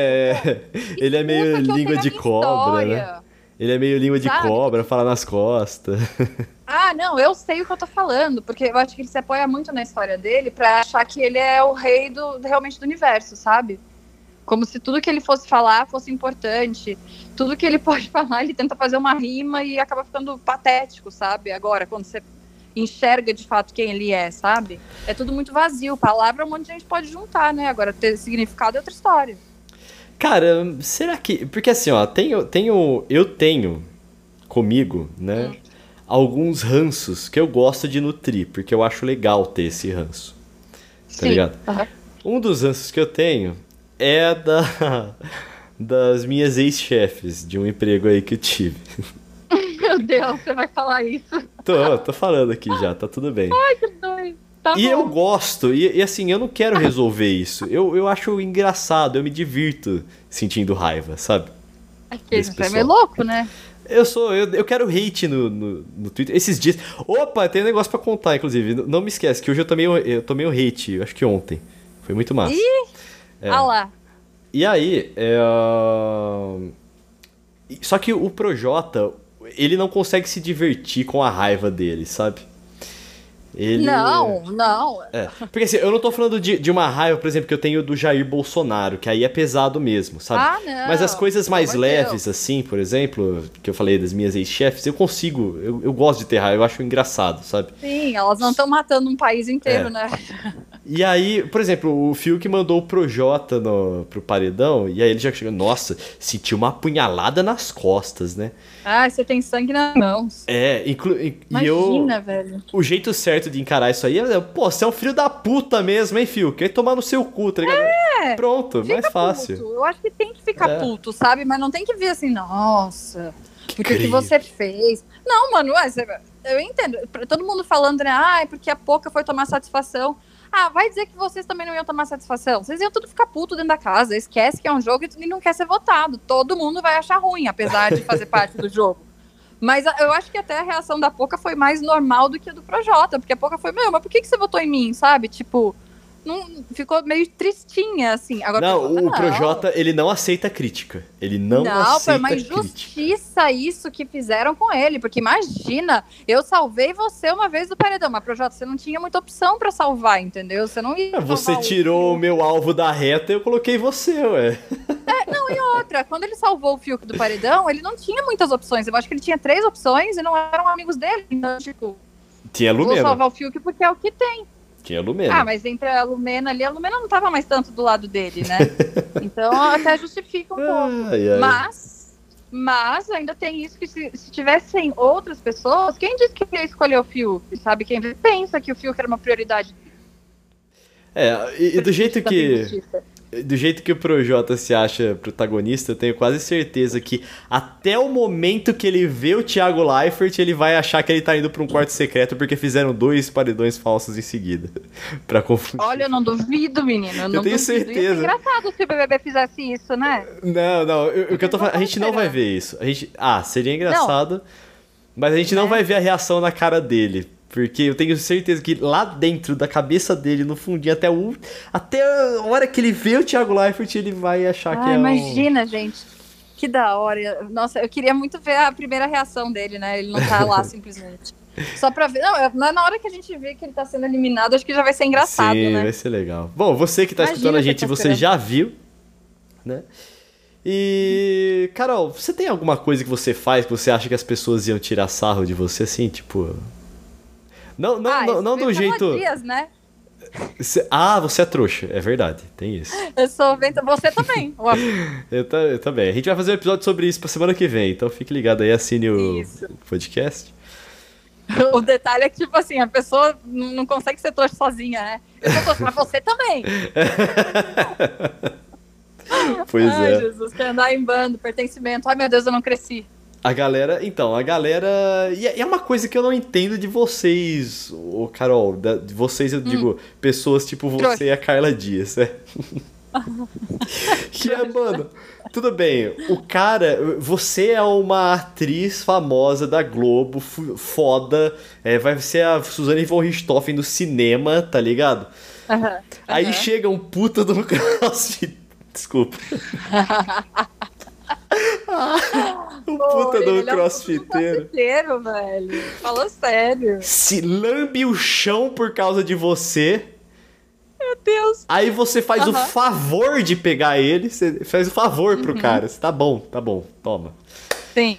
Ele é meio Escuta que eu língua tenho a de minha cobra, né? história. Ele é meio língua de Sabe? cobra, fala nas costas. Ah, não, eu sei o que eu tô falando, porque eu acho que ele se apoia muito na história dele pra achar que ele é o rei realmente do universo, sabe? Como se tudo que ele fosse falar fosse importante. Tudo que ele pode falar, ele tenta fazer uma rima e acaba ficando patético, sabe? Agora, quando você enxerga de fato quem ele é, sabe? É tudo muito vazio. Palavra um monte de gente pode juntar, né? Agora, ter significado é outra história. Cara, será que... Porque assim, ó, eu tenho comigo, né, alguns ranços que eu gosto de nutrir, porque eu acho legal ter esse ranço. Tá ligado? Um dos ranços que eu tenho é das minhas ex-chefes de um emprego aí que eu tive. Meu Deus, você vai falar isso. Tô falando aqui já, tá tudo bem. Ai, que doido. Tá E bom. eu gosto, e assim, eu não quero resolver isso. Eu acho engraçado, eu me divirto sentindo raiva, sabe? Aquele é meio louco, né? Eu quero hate no Twitter. Esses dias. Opa, tem um negócio pra contar, inclusive. Não me esquece que hoje eu tomei um hate, acho que ontem. Foi muito massa. Ih! Ah lá. E aí, só que o Projota, ele não consegue se divertir com a raiva dele, sabe? Ele... Não. Porque assim, eu não tô falando de uma raiva, por exemplo, que eu tenho do Jair Bolsonaro, que aí é pesado mesmo, sabe? Ah, não. Mas as coisas mais Pelo amor de leves, assim, por exemplo, que eu falei das minhas ex-chefes, eu consigo, eu gosto de ter raiva, eu acho engraçado, sabe? Sim, elas não estão matando um país inteiro, né? E aí, por exemplo, o Fiuk mandou o Projota pro paredão, e aí ele já chegou, nossa, sentiu uma apunhalada nas costas, né? Ah, você tem sangue nas mãos. Imagina, velho. O jeito certo de encarar isso aí é, pô, você é um filho da puta mesmo, hein, Fiuk? Quer tomar no seu cu, tá ligado? Pronto, mais fácil. Puto. Eu acho que tem que ficar puto, sabe? Mas não tem que vir assim, nossa, porque o que você fez. Não, mano, eu entendo. Todo mundo falando, né? Porque a Poca foi tomar satisfação. Ah, vai dizer que vocês também não iam tomar satisfação. Vocês iam tudo ficar puto dentro da casa. Esquece que é um jogo e não quer ser votado. Todo mundo vai achar ruim, apesar de fazer parte do jogo. Mas eu acho que até a reação da Poca foi mais normal do que a do Projota. Porque a Poca foi, mas por que você votou em mim, sabe? Tipo, não, ficou meio tristinha, assim. Agora, não, o Projota, ele não aceita crítica. Ele não aceita foi uma crítica. injustiça isso que fizeram com ele. Porque imagina, eu salvei você uma vez do paredão. Mas, Projota, você não tinha muita opção pra salvar, entendeu? Você não ia Você tirou o meu alvo da reta e eu coloquei você, ué. Não, e outra, quando ele salvou o Fiuk do paredão, ele não tinha muitas opções. Eu acho que ele tinha 3 opções e não eram amigos dele. Então, tipo, tinha a Lumena. Vou salvar o Fiuk porque é o que tem. Tinha a Lumena. Ah, mas entre a Lumena ali, a Lumena não tava mais tanto do lado dele, né? Então até justifica um pouco. Mas ainda tem isso que se tivessem outras pessoas, quem disse que ia escolher o Fiuk? Sabe? Quem pensa que o Fiuk era uma prioridade? E do jeito que... Do jeito que o Projota se acha protagonista, eu tenho quase certeza que até o momento que ele vê o Thiago Leifert, ele vai achar que ele tá indo pra um quarto secreto porque fizeram 2 paredões falsos em seguida. Pra confundir. Olha, eu não duvido, menino. Eu tenho certeza. Ia ser engraçado se o BBB fizesse isso, né? Não. O que eu tô falando, a gente não vai ver isso. Seria engraçado, mas a gente não vai ver a reação na cara dele. Porque eu tenho certeza que lá dentro da cabeça dele, no fundinho, até a hora que ele vê o Thiago Leifert, ele vai achar que é imagina, gente. Que da hora. Nossa, eu queria muito ver a primeira reação dele, né? Ele não tá lá simplesmente. Só pra ver. Não, na hora que a gente vê que ele tá sendo eliminado, acho que já vai ser engraçado, né? Sim, vai ser legal. Bom, você que tá escutando a gente, você já viu, né? E, Carol, você tem alguma coisa que você faz que você acha que as pessoas iam tirar sarro de você, assim, tipo... Não do jeito... Dias, né? Você é trouxa, é verdade, tem isso. Eu sou você também. eu também. A gente vai fazer um episódio sobre isso pra semana que vem, então fique ligado aí, assine o podcast. O detalhe é que, tipo assim, a pessoa não consegue ser trouxa sozinha, né? Eu sou trouxa, mas você também. Pois Ai, Jesus, quer andar em bando, pertencimento. Ai, meu Deus, eu não cresci. A galera... E é uma coisa que eu não entendo de vocês, Carol. De vocês, eu digo, pessoas tipo você e a Carla Dias, né? Que é, mano... Tudo bem, o cara... Você é uma atriz famosa da Globo, foda. Vai ser a Suzane von Richthofen do cinema, tá ligado? Aí chega um puta do CrossFit. Desculpa. Um puta do crossfiteiro. Velho. Falou sério. Se lambe o chão por causa de você. Meu Deus. Aí você faz o favor de pegar ele. Você faz o favor pro cara. Tá bom, toma. Sim,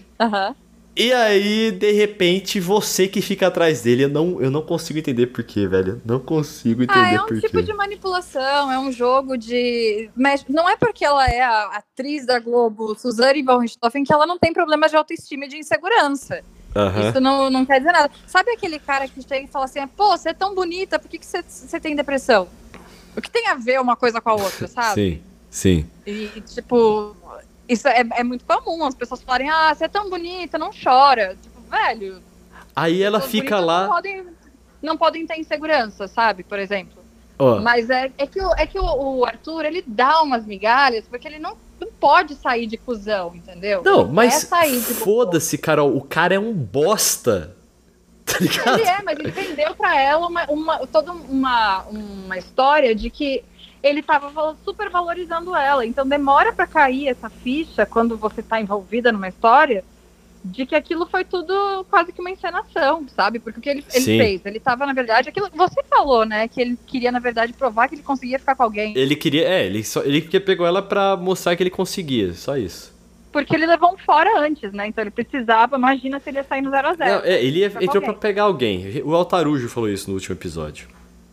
E aí, de repente, você que fica atrás dele, eu não consigo entender por quê, velho. Não consigo entender por quê. É um tipo de manipulação, é um jogo de... Mas não é porque ela é a atriz da Globo, Suzane von Richthofen, que ela não tem problemas de autoestima e de insegurança. Isso não quer dizer nada. Sabe aquele cara que chega e fala assim, pô, você é tão bonita, por que você tem depressão? O que tem a ver uma coisa com a outra, sabe? Sim. E tipo... Isso é muito comum, as pessoas falarem, você é tão bonita, não chora. Tipo, velho... Aí ela fica lá... Não podem ter insegurança, sabe? Por exemplo. Mas é que o Arthur, ele dá umas migalhas, porque ele não pode sair de cuzão, entendeu? Não, mas foda-se, Carol, o cara é um bosta. Tá ligado? Mas ele vendeu pra ela toda uma história de que ele tava super valorizando ela. Então demora pra cair essa ficha quando você tá envolvida numa história de que aquilo foi tudo quase que uma encenação, sabe? Porque o que ele fez? Ele tava, na verdade, aquilo que você falou, né? Que ele queria, na verdade, provar que ele conseguia ficar com alguém. Ele queria, ele pegou ela pra mostrar que ele conseguia, só isso. Porque ele levou um fora antes, né? Então ele precisava, imagina se ele ia sair no 0-0. Não, ele entrou pra pegar alguém. O Altarujo falou isso no último episódio.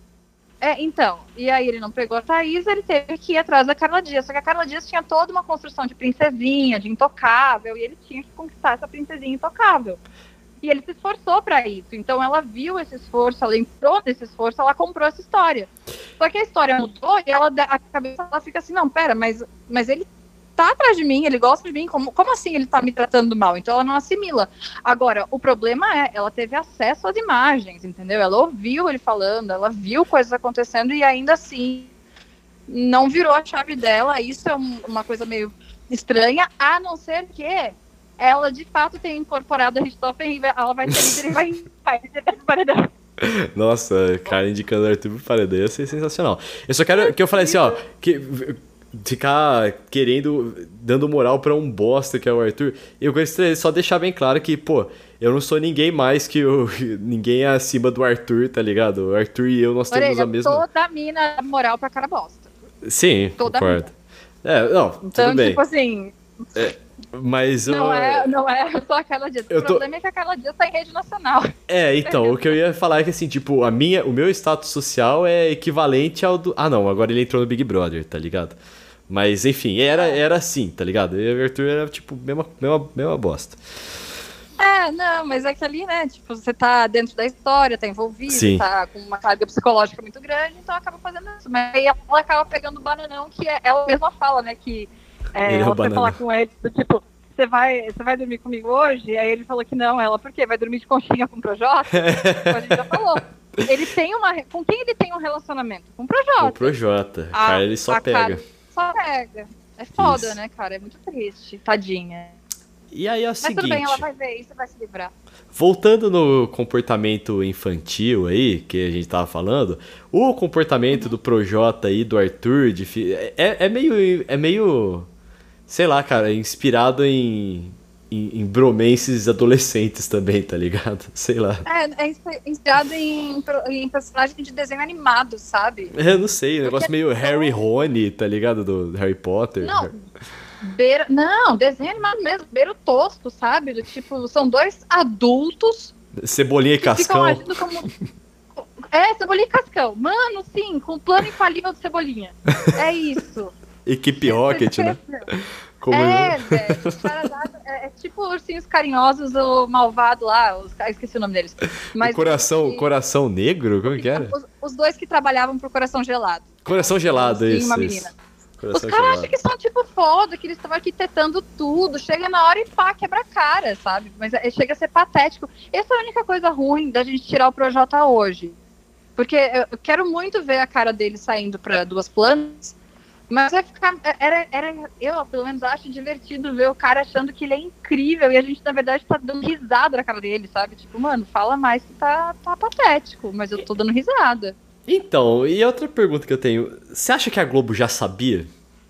Então, e aí ele não pegou a Thaís, ele teve que ir atrás da Carla Dias. Só que a Carla Dias tinha toda uma construção de princesinha, de intocável, e ele tinha que conquistar essa princesinha intocável. E ele se esforçou pra isso. Então ela viu esse esforço, ela entrou nesse esforço, ela comprou essa história. Só que a história mudou e a cabeça dela fica assim, não, pera, mas ele tá atrás de mim, ele gosta de mim, como assim ele tá me tratando mal? Então ela não assimila. Agora, o problema ela teve acesso às imagens, entendeu? Ela ouviu ele falando, ela viu coisas acontecendo e ainda assim não virou a chave dela. Isso é uma coisa meio estranha, a não ser que ela de fato tenha incorporado a Richthofen e ela vai ser líder e vai pro paredão. Nossa, cara indicando o Arthur pro paredão ia ser sensacional. Eu só quero que eu falei assim, que ficar dando moral pra um bosta que é o Arthur. Eu gostaria de só deixar bem claro que, eu não sou ninguém mais que ninguém é acima do Arthur, tá ligado? O Arthur e eu, nós temos a mesma... Toda mina moral pra cara bosta. Sim, concordo. Não, então, tudo bem. Tipo assim... Mas não é só a Carla Dias. O problema é que a Carla Dias tá em rede nacional. Então, o que eu ia falar é que assim, tipo, o meu status social é equivalente ao do... não, agora ele entrou no Big Brother, tá ligado? Mas, enfim, era assim, tá ligado? E o Arthur era, tipo, mesma bosta. Não, mas é que ali, né, tipo, você tá dentro da história, tá envolvido, tá com uma carga psicológica muito grande, então acaba fazendo isso. Mas aí ela acaba pegando o bananão, que ela mesma fala, né, que você falar com ele, tipo, você vai dormir comigo hoje? Aí ele falou que não, ela, por quê? Vai dormir de conchinha com o Projota? A gente já falou. Ele tem com quem ele tem um relacionamento? Com o Projota. Com o Projota. Cara, ele só pega. Só pega. É foda, né, cara? É muito triste. Tadinha. E aí é o seguinte... Mas tudo bem, ela vai ver isso e vai se livrar. Voltando no comportamento infantil aí, que a gente tava falando, o comportamento do Projota e do Arthur é meio... Sei lá, cara, inspirado em bromances adolescentes também, tá ligado? Sei lá. É inspirado em personagem de desenho animado, sabe? Eu não sei, um negócio meio Harry Rony, tá ligado? Do Harry Potter. Não, desenho animado mesmo, beiro tosco, sabe? Do tipo, são dois adultos... Cebolinha e Cascão. Ficam agindo como... Cebolinha e Cascão. Mano, sim, com o plano infalível do Cebolinha. É isso. Equipe Rocket, né? Como... velho. É tipo Ursinhos Carinhosos, o malvado lá. Esqueci o nome deles. Mas Coração Negro? Como que era? Os dois que trabalhavam pro Coração Gelado. Coração Gelado, isso. Uma menina. Coração Os caras acham que são tipo foda, que eles estão arquitetando tudo. Chega na hora e pá, quebra a cara, sabe? Mas chega a ser patético. Essa é a única coisa ruim da gente tirar o Projota hoje. Porque eu quero muito ver a cara dele saindo pra Duas Planas. Mas vai ficar. Eu, pelo menos, acho divertido ver o cara achando que ele é incrível e a gente, na verdade, tá dando risada na cara dele, sabe? Tipo, mano, fala mais que tá patético, mas eu tô dando risada. Então, e outra pergunta que eu tenho: você acha que a Globo já sabia?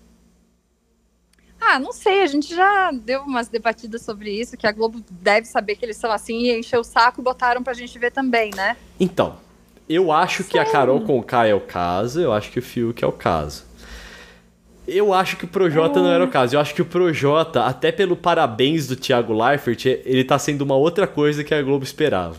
Não sei, a gente já deu umas debatidas sobre isso, que a Globo deve saber que eles são assim e encheu o saco e botaram pra gente ver também, né? Então, eu acho que a Carol Conká é o caso, eu acho que o Fiuk é o caso. Eu acho que o Projota não era o caso. Eu acho que o Projota, até pelo parabéns do Thiago Leifert, ele tá sendo uma outra coisa que a Globo esperava.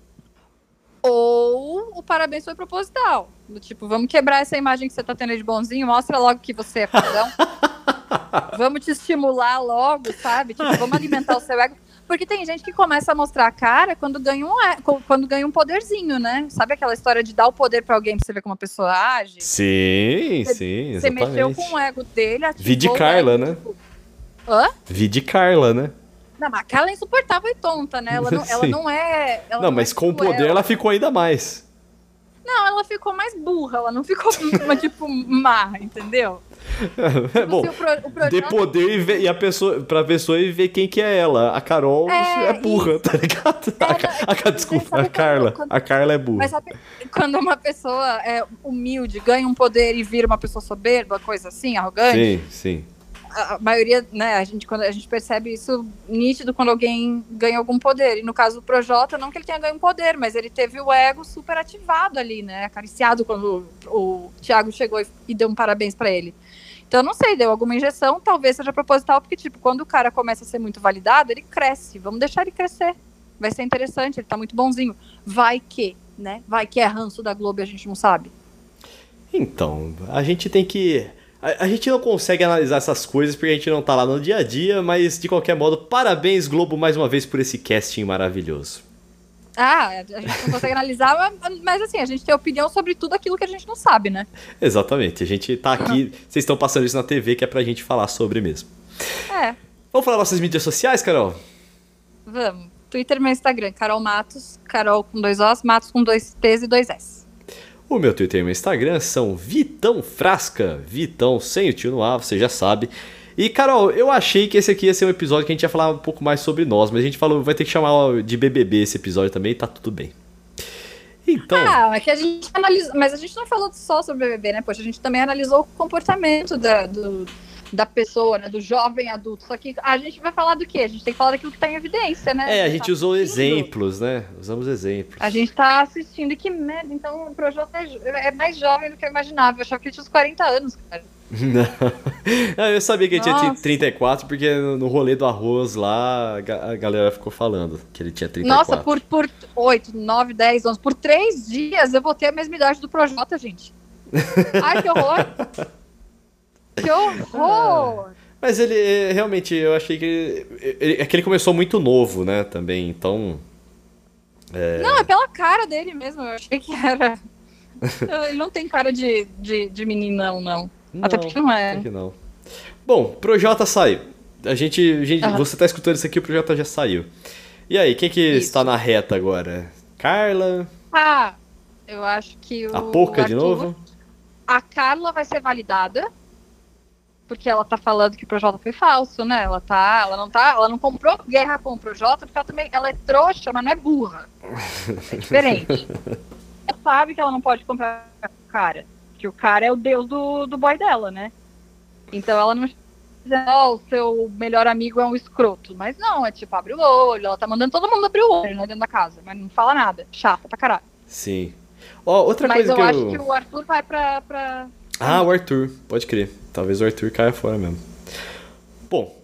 Ou o parabéns foi proposital. Do tipo, vamos quebrar essa imagem que você tá tendo aí de bonzinho, mostra logo que você é fodão. Vamos te estimular logo, sabe? Tipo, vamos alimentar o seu ego. Porque tem gente que começa a mostrar a cara quando ganha um poderzinho, né? Sabe aquela história de dar o poder pra alguém pra você ver como a pessoa age? Sim, exatamente. Você mexeu com o ego dele, ativou Vide Carla, né? Tipo... Hã? Vide Carla, né? Não, mas a Carla é insuportável e tonta, né? Ela não é... Ela não, mas com o poder ela ficou ainda mais. Não, ela ficou mais burra, ela não ficou, tipo, má, entendeu? Bom, dê poder e pra pessoa e ver quem que é ela. A Carol é burra, tá ligado? Desculpa, a Carla é burra. Mas sabe, quando uma pessoa é humilde, ganha um poder e vira uma pessoa soberba, coisa assim, arrogante? Sim. A maioria, né, quando a gente percebe isso nítido quando alguém ganha algum poder. E no caso do Projota, não que ele tenha ganho um poder, mas ele teve o ego super ativado ali, né? Acariciado quando o Thiago chegou e deu um parabéns pra ele. Então, eu não sei, deu alguma injeção, talvez seja proposital, porque, tipo, quando o cara começa a ser muito validado, ele cresce. Vamos deixar ele crescer. Vai ser interessante, ele tá muito bonzinho. Vai que, né? Vai que é ranço da Globo e a gente não sabe. Então, a gente tem que... A gente não consegue analisar essas coisas porque a gente não tá lá no dia a dia, mas, de qualquer modo, parabéns, Globo, mais uma vez por esse casting maravilhoso. A gente não consegue analisar, mas assim, a gente tem opinião sobre tudo aquilo que a gente não sabe, né? Exatamente, a gente tá aqui, vocês estão passando isso na TV, que é pra gente falar sobre mesmo. Vamos falar nossas mídias sociais, Carol? Vamos. Twitter e meu Instagram, Carol Matos, Carol com 2 Os, Matos com 2 T's e 2 S. O meu Twitter e meu Instagram são Vitão Frasca, Vitão sem o tio no ar, você já sabe. E, Carol, eu achei que esse aqui ia ser um episódio que a gente ia falar um pouco mais sobre nós, mas a gente falou, vai ter que chamar de BBB esse episódio também, e tá tudo bem. Então... é que a gente analisou, mas a gente não falou só sobre BBB, né? Poxa, a gente também analisou o comportamento da pessoa, né? Do jovem adulto. Só que a gente vai falar do quê? A gente tem que falar daquilo que tá em evidência, né? A gente usou exemplos, né? Usamos exemplos. A gente tá assistindo e que merda. Então o Projota é mais jovem do que eu imaginava. Eu achava que ele tinha uns 40 anos, cara. Não, eu sabia que ele tinha 34, porque no rolê do arroz lá, a galera ficou falando que ele tinha 34. Nossa, por 8, 9, 10, 11, por 3 dias eu vou ter a mesma idade do Projota, gente. Ai, que horror! Que horror! Mas ele, realmente, eu achei que é que ele começou muito novo, né, também, então... Não, é pela cara dele mesmo, eu achei que era... Ele não tem cara de meninão, não. Até porque não é. Que não. Bom, Projota saiu. Você tá escutando isso aqui, o Projota já saiu. E aí, quem que está na reta agora? Carla? Eu acho que a Poca de novo? A Carla vai ser validada, porque ela tá falando que o Projota foi falso, né? Ela não comprou guerra com o Projota, porque ela é trouxa, mas não é burra. É diferente. Ela sabe que ela não pode comprar o cara, que o cara é o deus do boy dela, né? Então ela não dizendo, o seu melhor amigo é um escroto. Mas não, é tipo, abre o olho, ela tá mandando todo mundo abrir o olho, né, dentro da casa, mas não fala nada. Chata pra caralho. Sim. Outra mas coisa eu que acho que o Arthur vai pra... o Arthur, pode crer. Talvez o Arthur caia fora mesmo. Bom,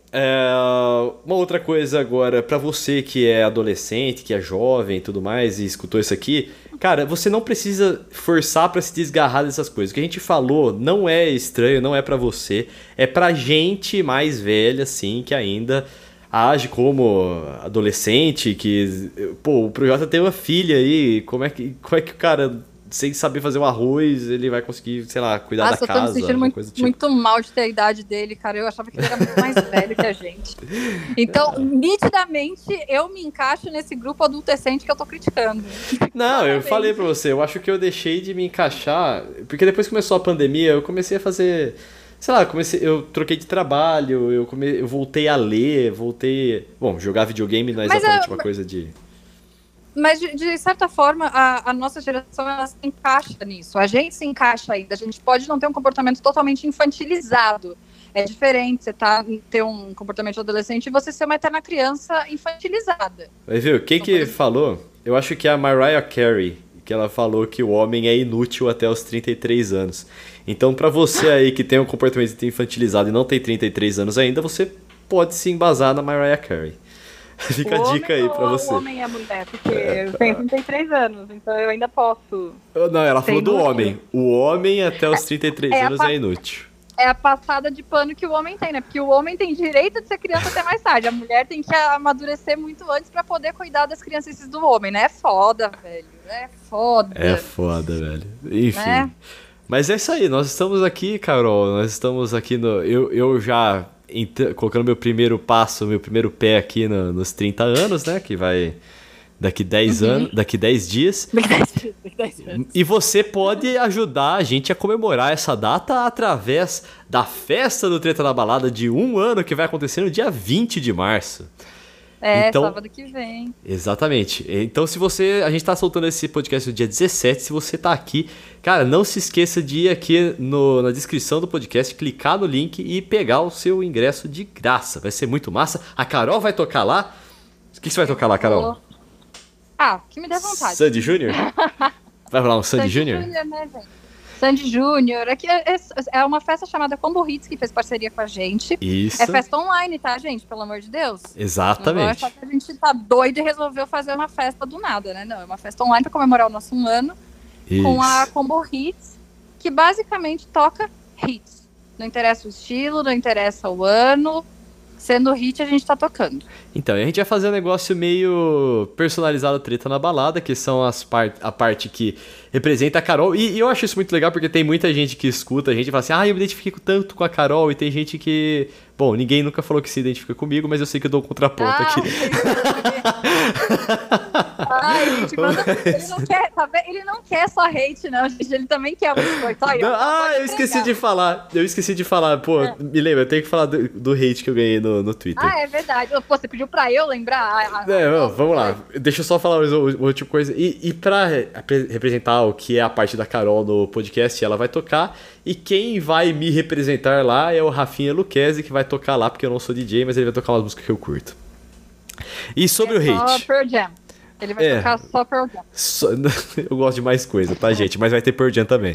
Uma outra coisa agora, pra você que é adolescente, que é jovem e tudo mais, e escutou isso aqui, cara, você não precisa forçar pra se desgarrar dessas coisas. O que a gente falou não é estranho, não é pra você, é pra gente mais velha, assim, que ainda age como adolescente, que, pô, o Projota tem uma filha aí, como é que o cara, sem saber fazer um arroz, ele vai conseguir, sei lá, cuidar da casa, eu tô me sentindo alguma coisa do tipo. muito mal de ter a idade dele, cara. Eu achava que ele era muito mais velho que a gente. Então, nitidamente, eu me encaixo nesse grupo adolescente que eu tô criticando. Não, eu falei pra você, eu acho que eu deixei de me encaixar, porque depois que começou a pandemia, eu comecei a fazer, sei lá, eu troquei de trabalho, eu voltei a ler, bom, jogar videogame não é exatamente uma coisa de... Mas, de certa forma, a nossa geração ela se encaixa nisso. A gente se encaixa ainda. A gente pode não ter um comportamento totalmente infantilizado. É diferente você ter um comportamento de adolescente e você ser uma eterna criança infantilizada. Mas viu, quem que falou? Eu acho que é a Mariah Carey, que ela falou que o homem é inútil até os 33 anos. Então, pra você aí que tem um comportamento infantilizado e não tem 33 anos ainda, você pode se embasar na Mariah Carey. Fica a dica aí pra você. O homem e a mulher, porque eu tenho 33 anos, então eu ainda posso. Não, ela falou do homem. O homem até os 33 anos é inútil. É a passada de pano que o homem tem, né? Porque o homem tem direito de ser criança até mais tarde. A mulher tem que amadurecer muito antes pra poder cuidar das crianças do homem, né? É foda, velho. É foda. É foda, velho. Enfim. Né? Mas é isso aí. Nós estamos aqui, Carol. Nós estamos aqui no... Eu já... colocando meu primeiro pé aqui nos 30 anos, né? Que vai daqui 10 anos, daqui 10 dias. E você pode ajudar a gente a comemorar essa data através da festa do Treta na Balada de 1 ano, que vai acontecer no dia 20 de março. Então, sábado que vem. Exatamente. Então, a gente tá soltando esse podcast no dia 17, se você tá aqui, cara, não se esqueça de ir aqui na descrição do podcast, clicar no link e pegar o seu ingresso de graça. Vai ser muito massa. A Carol vai tocar lá. O que você vai tocar lá, Carol? Que me dê vontade. Sandy Júnior? Vai rolar um Sandy Júnior? Sandy Júnior, né, gente? Sandy Júnior. Aqui é uma festa chamada Combo Hits, que fez parceria com a gente. Isso. É festa online, tá, gente? Pelo amor de Deus. Exatamente. Não vou achar que a gente tá doido e resolveu fazer uma festa do nada, né? Não, é uma festa online pra comemorar o nosso 1 ano. Isso. Com a Combo Hits, que basicamente toca hits. Não interessa o estilo, não interessa o ano. Sendo hit, a gente tá tocando. Então, a gente vai fazer um negócio meio personalizado Treta na Balada, que são a parte que representa a Carol. E eu acho isso muito legal, porque tem muita gente que escuta a gente e fala assim, eu me identifico tanto com a Carol, e tem gente que... Bom, ninguém nunca falou que se identifica comigo, mas eu sei que eu dou um contraponto aqui. Gente, ele não quer, tá vendo? Ele não quer só hate, não, gente. Ele também quer muito biscoito. Eu esqueci de falar. Pô, me lembra, eu tenho que falar do hate que eu ganhei no Twitter. É verdade. Pô, você pediu pra eu lembrar? Vamos lá. Deixa eu só falar uma outra coisa. E pra representar o que é a parte da Carol no podcast, ela vai tocar. E quem vai me representar lá é o Rafinha Lucchesi, que vai tocar lá, porque eu não sou DJ, mas ele vai tocar umas músicas que eu curto. E sobre o hate. Só Pearl Jam. Ele vai tocar só Pearl Jam. Eu gosto de mais coisa, tá, gente? Mas vai ter Pearl Jam também.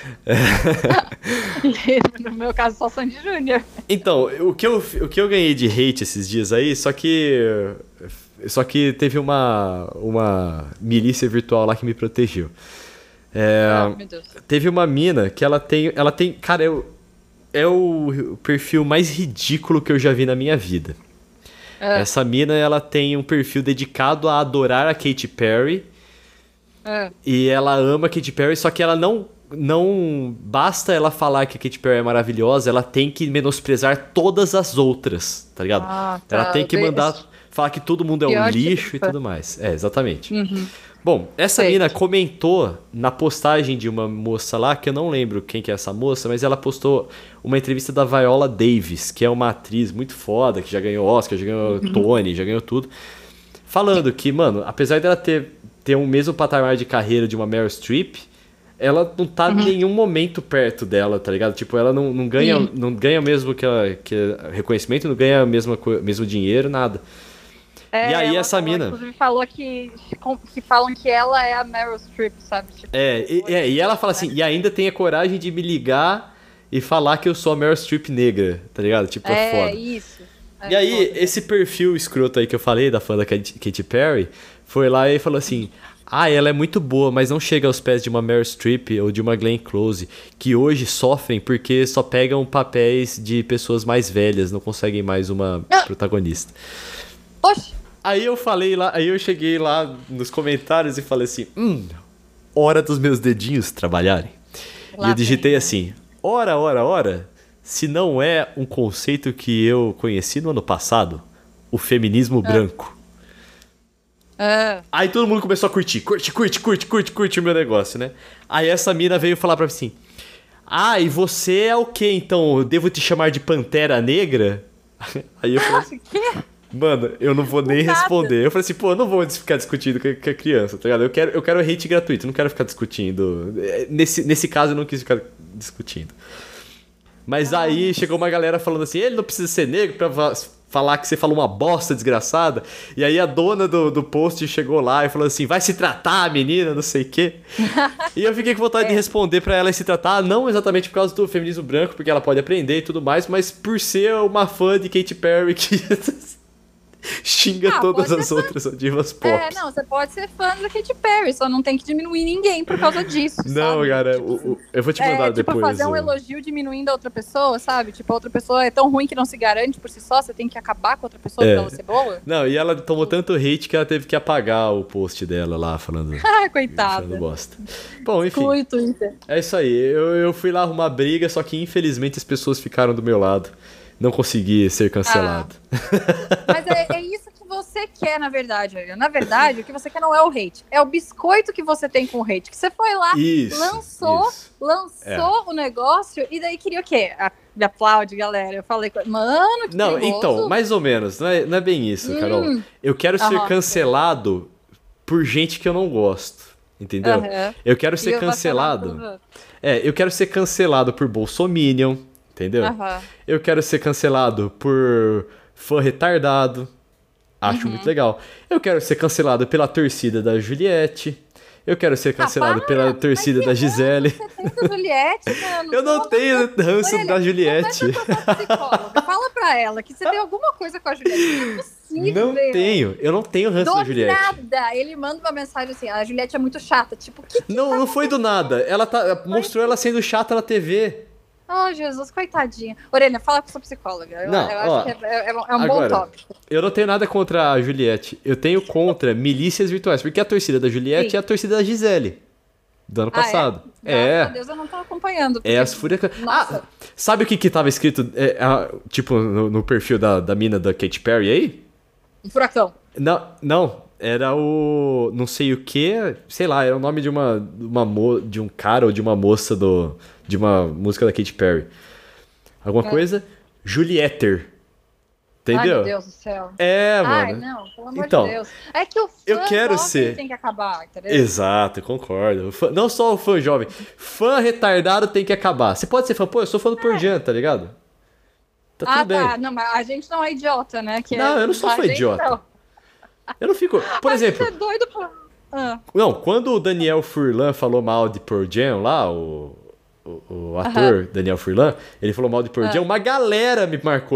No meu caso, só Sandy Júnior. Então, o que eu ganhei de hate esses dias aí, só que teve uma milícia virtual lá que me protegeu. Meu Deus. Teve uma mina que ela tem, cara, é o perfil mais ridículo que eu já vi na minha vida. Essa mina, ela tem um perfil dedicado a adorar a Katy Perry. E ela ama a Katy Perry, só que ela não basta ela falar que a Katy Perry é maravilhosa, ela tem que menosprezar todas as outras, tá ligado? Tá. Ela tem que falar que todo mundo é um lixo e tudo mais. Exatamente. Uhum. Bom, essa mina comentou na postagem de uma moça lá, que eu não lembro quem que é essa moça, mas ela postou uma entrevista da Viola Davis, que é uma atriz muito foda, que já ganhou Oscar, já ganhou Tony, já ganhou tudo, falando que, mano, apesar dela ter o mesmo patamar de carreira de uma Meryl Streep, ela não tá em nenhum momento perto dela, tá ligado? Tipo, ela não ganha mesmo que reconhecimento, não ganha mesmo dinheiro, nada. E aí essa mina... Inclusive falou que falam que ela é a Meryl Streep, sabe? Tipo, e ela fala assim, e ainda tem a coragem de me ligar e falar que eu sou a Meryl Streep negra, tá ligado? Tipo, é foda. Isso. E aí, esse perfil escroto aí que eu falei, da fã da Katy Perry, foi lá e falou assim... Ah, ela é muito boa, mas não chega aos pés de uma Meryl Streep ou de uma Glenn Close, que hoje sofrem porque só pegam papéis de pessoas mais velhas, não conseguem mais uma protagonista. Oxi! Aí eu cheguei lá nos comentários e falei assim, hora dos meus dedinhos trabalharem. E eu digitei assim, ora, se não é um conceito que eu conheci no ano passado, o feminismo branco. Aí todo mundo começou a curte o meu negócio, né? Aí essa mina veio falar pra mim assim, e você é o quê então? Eu devo te chamar de Pantera Negra? Aí eu falei assim, mano, eu não vou nem responder. Eu falei assim, eu não vou ficar discutindo com a criança, tá ligado? Eu quero hate gratuito, não quero ficar discutindo. Nesse caso eu não quis ficar discutindo. Mas aí chegou uma galera falando assim, ele não precisa ser negro pra falar que você falou uma bosta desgraçada. E aí a dona do post chegou lá e falou assim, vai se tratar, menina, não sei o quê. E eu fiquei com vontade de responder pra ela e se tratar, não exatamente por causa do feminismo branco, porque ela pode aprender e tudo mais, mas por ser uma fã de Katy Perry que xinga todas as outras divas pop. Não, você pode ser fã da Katy Perry, só não tem que diminuir ninguém por causa disso, não, sabe? cara, eu vou te mandar depois. Tipo, fazer um elogio diminuindo a outra pessoa, sabe? Tipo, a outra pessoa é tão ruim que não se garante por si só, você tem que acabar com a outra pessoa pra ela ser boa. Não, e ela tomou tanto hate que ela teve que apagar o post dela lá, falando... Coitada. Falando bosta. Bom, enfim. Exclui Twitter. É isso aí, eu fui lá arrumar briga, só que infelizmente as pessoas ficaram do meu lado. Não consegui ser cancelado. Mas é isso que você quer, na verdade. Na verdade, o que você quer não é o hate. É o biscoito que você tem com o hate. Que você foi lá, lançou o negócio e daí queria o quê? Me aplaude, galera. Eu falei, mano, que não, perigoso. então, mais ou menos. Não é bem isso, Carol. Eu quero ser cancelado por gente que eu não gosto. Entendeu? Eu quero ser cancelado. Eu quero ser cancelado por bolsominion. Entendeu? Eu quero ser cancelado por fã retardado. Acho muito legal. Eu quero ser cancelado pela torcida da Juliette. Eu quero ser cancelado pela torcida da Gisele. Você tem da Juliette, mano? Eu não tenho ranço da Juliette. Fala pra ela que você tem alguma coisa com a Juliette. Não é possível. Não tenho. Eu não tenho ranço da Juliette. Do nada. Ele manda uma mensagem assim, a Juliette é muito chata. Tipo, não foi do nada. Ela mostrou ela sendo chata na TV. Oh, Jesus, coitadinha. Orelha, fala com sua psicóloga. Eu acho que é um bom tópico. Eu não tenho nada contra a Juliette. Eu tenho contra milícias virtuais. Porque a torcida da Juliette é a torcida da Gisele. Do ano passado. Graças a Deus, eu não tô acompanhando. Porque... as fúrias... sabe o que tava escrito, tipo, no perfil da mina da Katy Perry aí? Um furacão. Não. Era o... não sei o que. Sei lá, era o nome de de um cara ou de uma moça de uma música da Katy Perry. Alguma coisa? Julietter. Entendeu? Ai, meu Deus do céu. Mano. Ai, não, pelo amor de Deus. É que o fã jovem tem que acabar, entendeu? Exato, concordo. Não só o fã jovem. Fã retardado tem que acabar. Você pode ser fã, eu sou fã do Pearl Jam, tá ligado? Tá tudo bem. Não, mas a gente não é idiota, né? Eu não sou fã idiota. Não. Eu não fico... Por exemplo... Você é doido pra... Não, quando o Daniel Furlan falou mal de Pearl Jam lá, o ator Daniel Furlan, ele falou mal de Pearl Jam, uma galera me marcou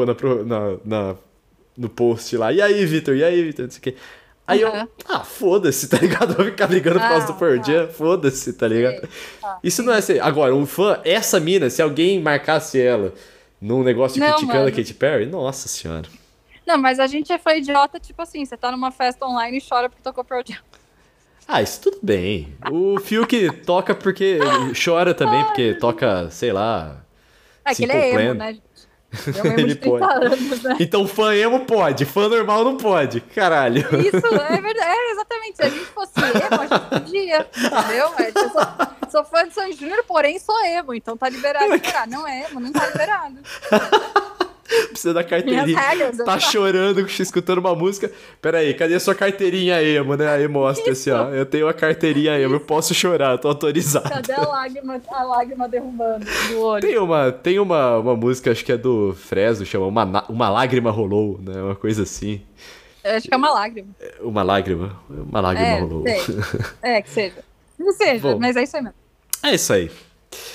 no post lá. E aí, Vitor? Não sei o quê. Aí eu... foda-se, tá ligado? Eu vou ficar brigando por causa do Pearl Jam. Foda-se, tá ligado? Isso não é... Agora, um fã... Essa mina, se alguém marcasse ela num negócio criticando a Katy Perry, nossa senhora. Não, mas a gente foi idiota, tipo assim, você tá numa festa online e chora porque tocou Pearl Jam. Isso tudo bem. O Fiuk toca porque... chora também porque toca, sei lá... que ele é emo, né, gente? É um emo de 30 anos, né? Então fã emo pode, fã normal não pode. Caralho. Isso, é verdade. Exatamente. Se a gente fosse emo, a gente podia, entendeu? Eu sou fã de Sandy Júnior, porém sou emo, então tá liberado de chorar. Não é emo, não tá liberado. Precisa da carteirinha. Tá chorando, escutando uma música. Pera aí, cadê a sua carteirinha emo, né? Aí mostra assim, ó. Eu tenho a carteirinha emo, eu posso chorar, tô autorizado. Cadê a lágrima derrubando do olho? Tem uma música, acho que é do Fresno, chama Uma Lágrima Rolou, né? Uma coisa assim. Acho que é uma lágrima. Uma lágrima rolou. Que seja. Não seja, bom, mas é isso aí mesmo. É isso aí.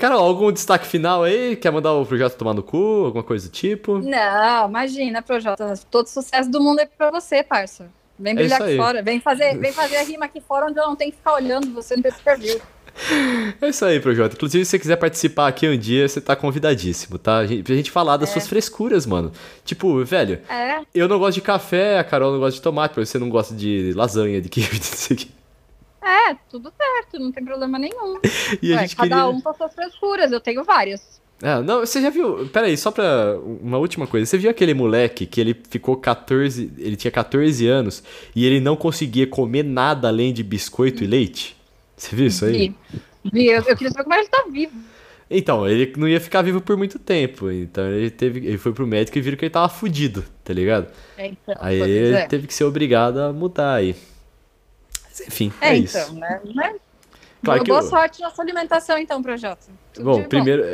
Carol, algum destaque final aí? Quer mandar o projeto tomar no cu? Alguma coisa do tipo? Não, imagina, Projota. Todo sucesso do mundo é pra você, parça. Vem brilhar aqui fora. Vem fazer a rima aqui fora onde eu não tenho que ficar olhando você no pay-per-view. É isso aí, Projota. Inclusive, se você quiser participar aqui um dia, você tá convidadíssimo, tá? Pra gente falar das suas frescuras, mano. Tipo, velho, eu não gosto de café, a Carol não gosta de tomate, você não gosta de lasanha, de quibe, disso aqui. Tudo certo, não tem problema nenhum. E a gente cada um com as suas frescuras, eu tenho várias. Não, você já viu... Pera aí, só pra uma última coisa. Você viu aquele moleque que ele ficou 14... Ele tinha 14 anos e ele não conseguia comer nada além de biscoito e leite? Você viu isso aí? Vi. Eu queria saber como ele tá vivo. Então, ele não ia ficar vivo por muito tempo. Então ele foi pro médico e viram que ele tava fudido, tá ligado? Então, aí ele teve que ser obrigado a mudar aí. Mas enfim, isso. Então, né? Claro boa sorte na sua alimentação, então, Projota. Bom, primeiro...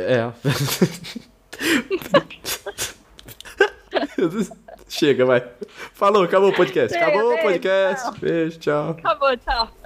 Chega, vai. Falou, acabou o podcast. Acabou o podcast. Beijo, tchau. Acabou, tchau.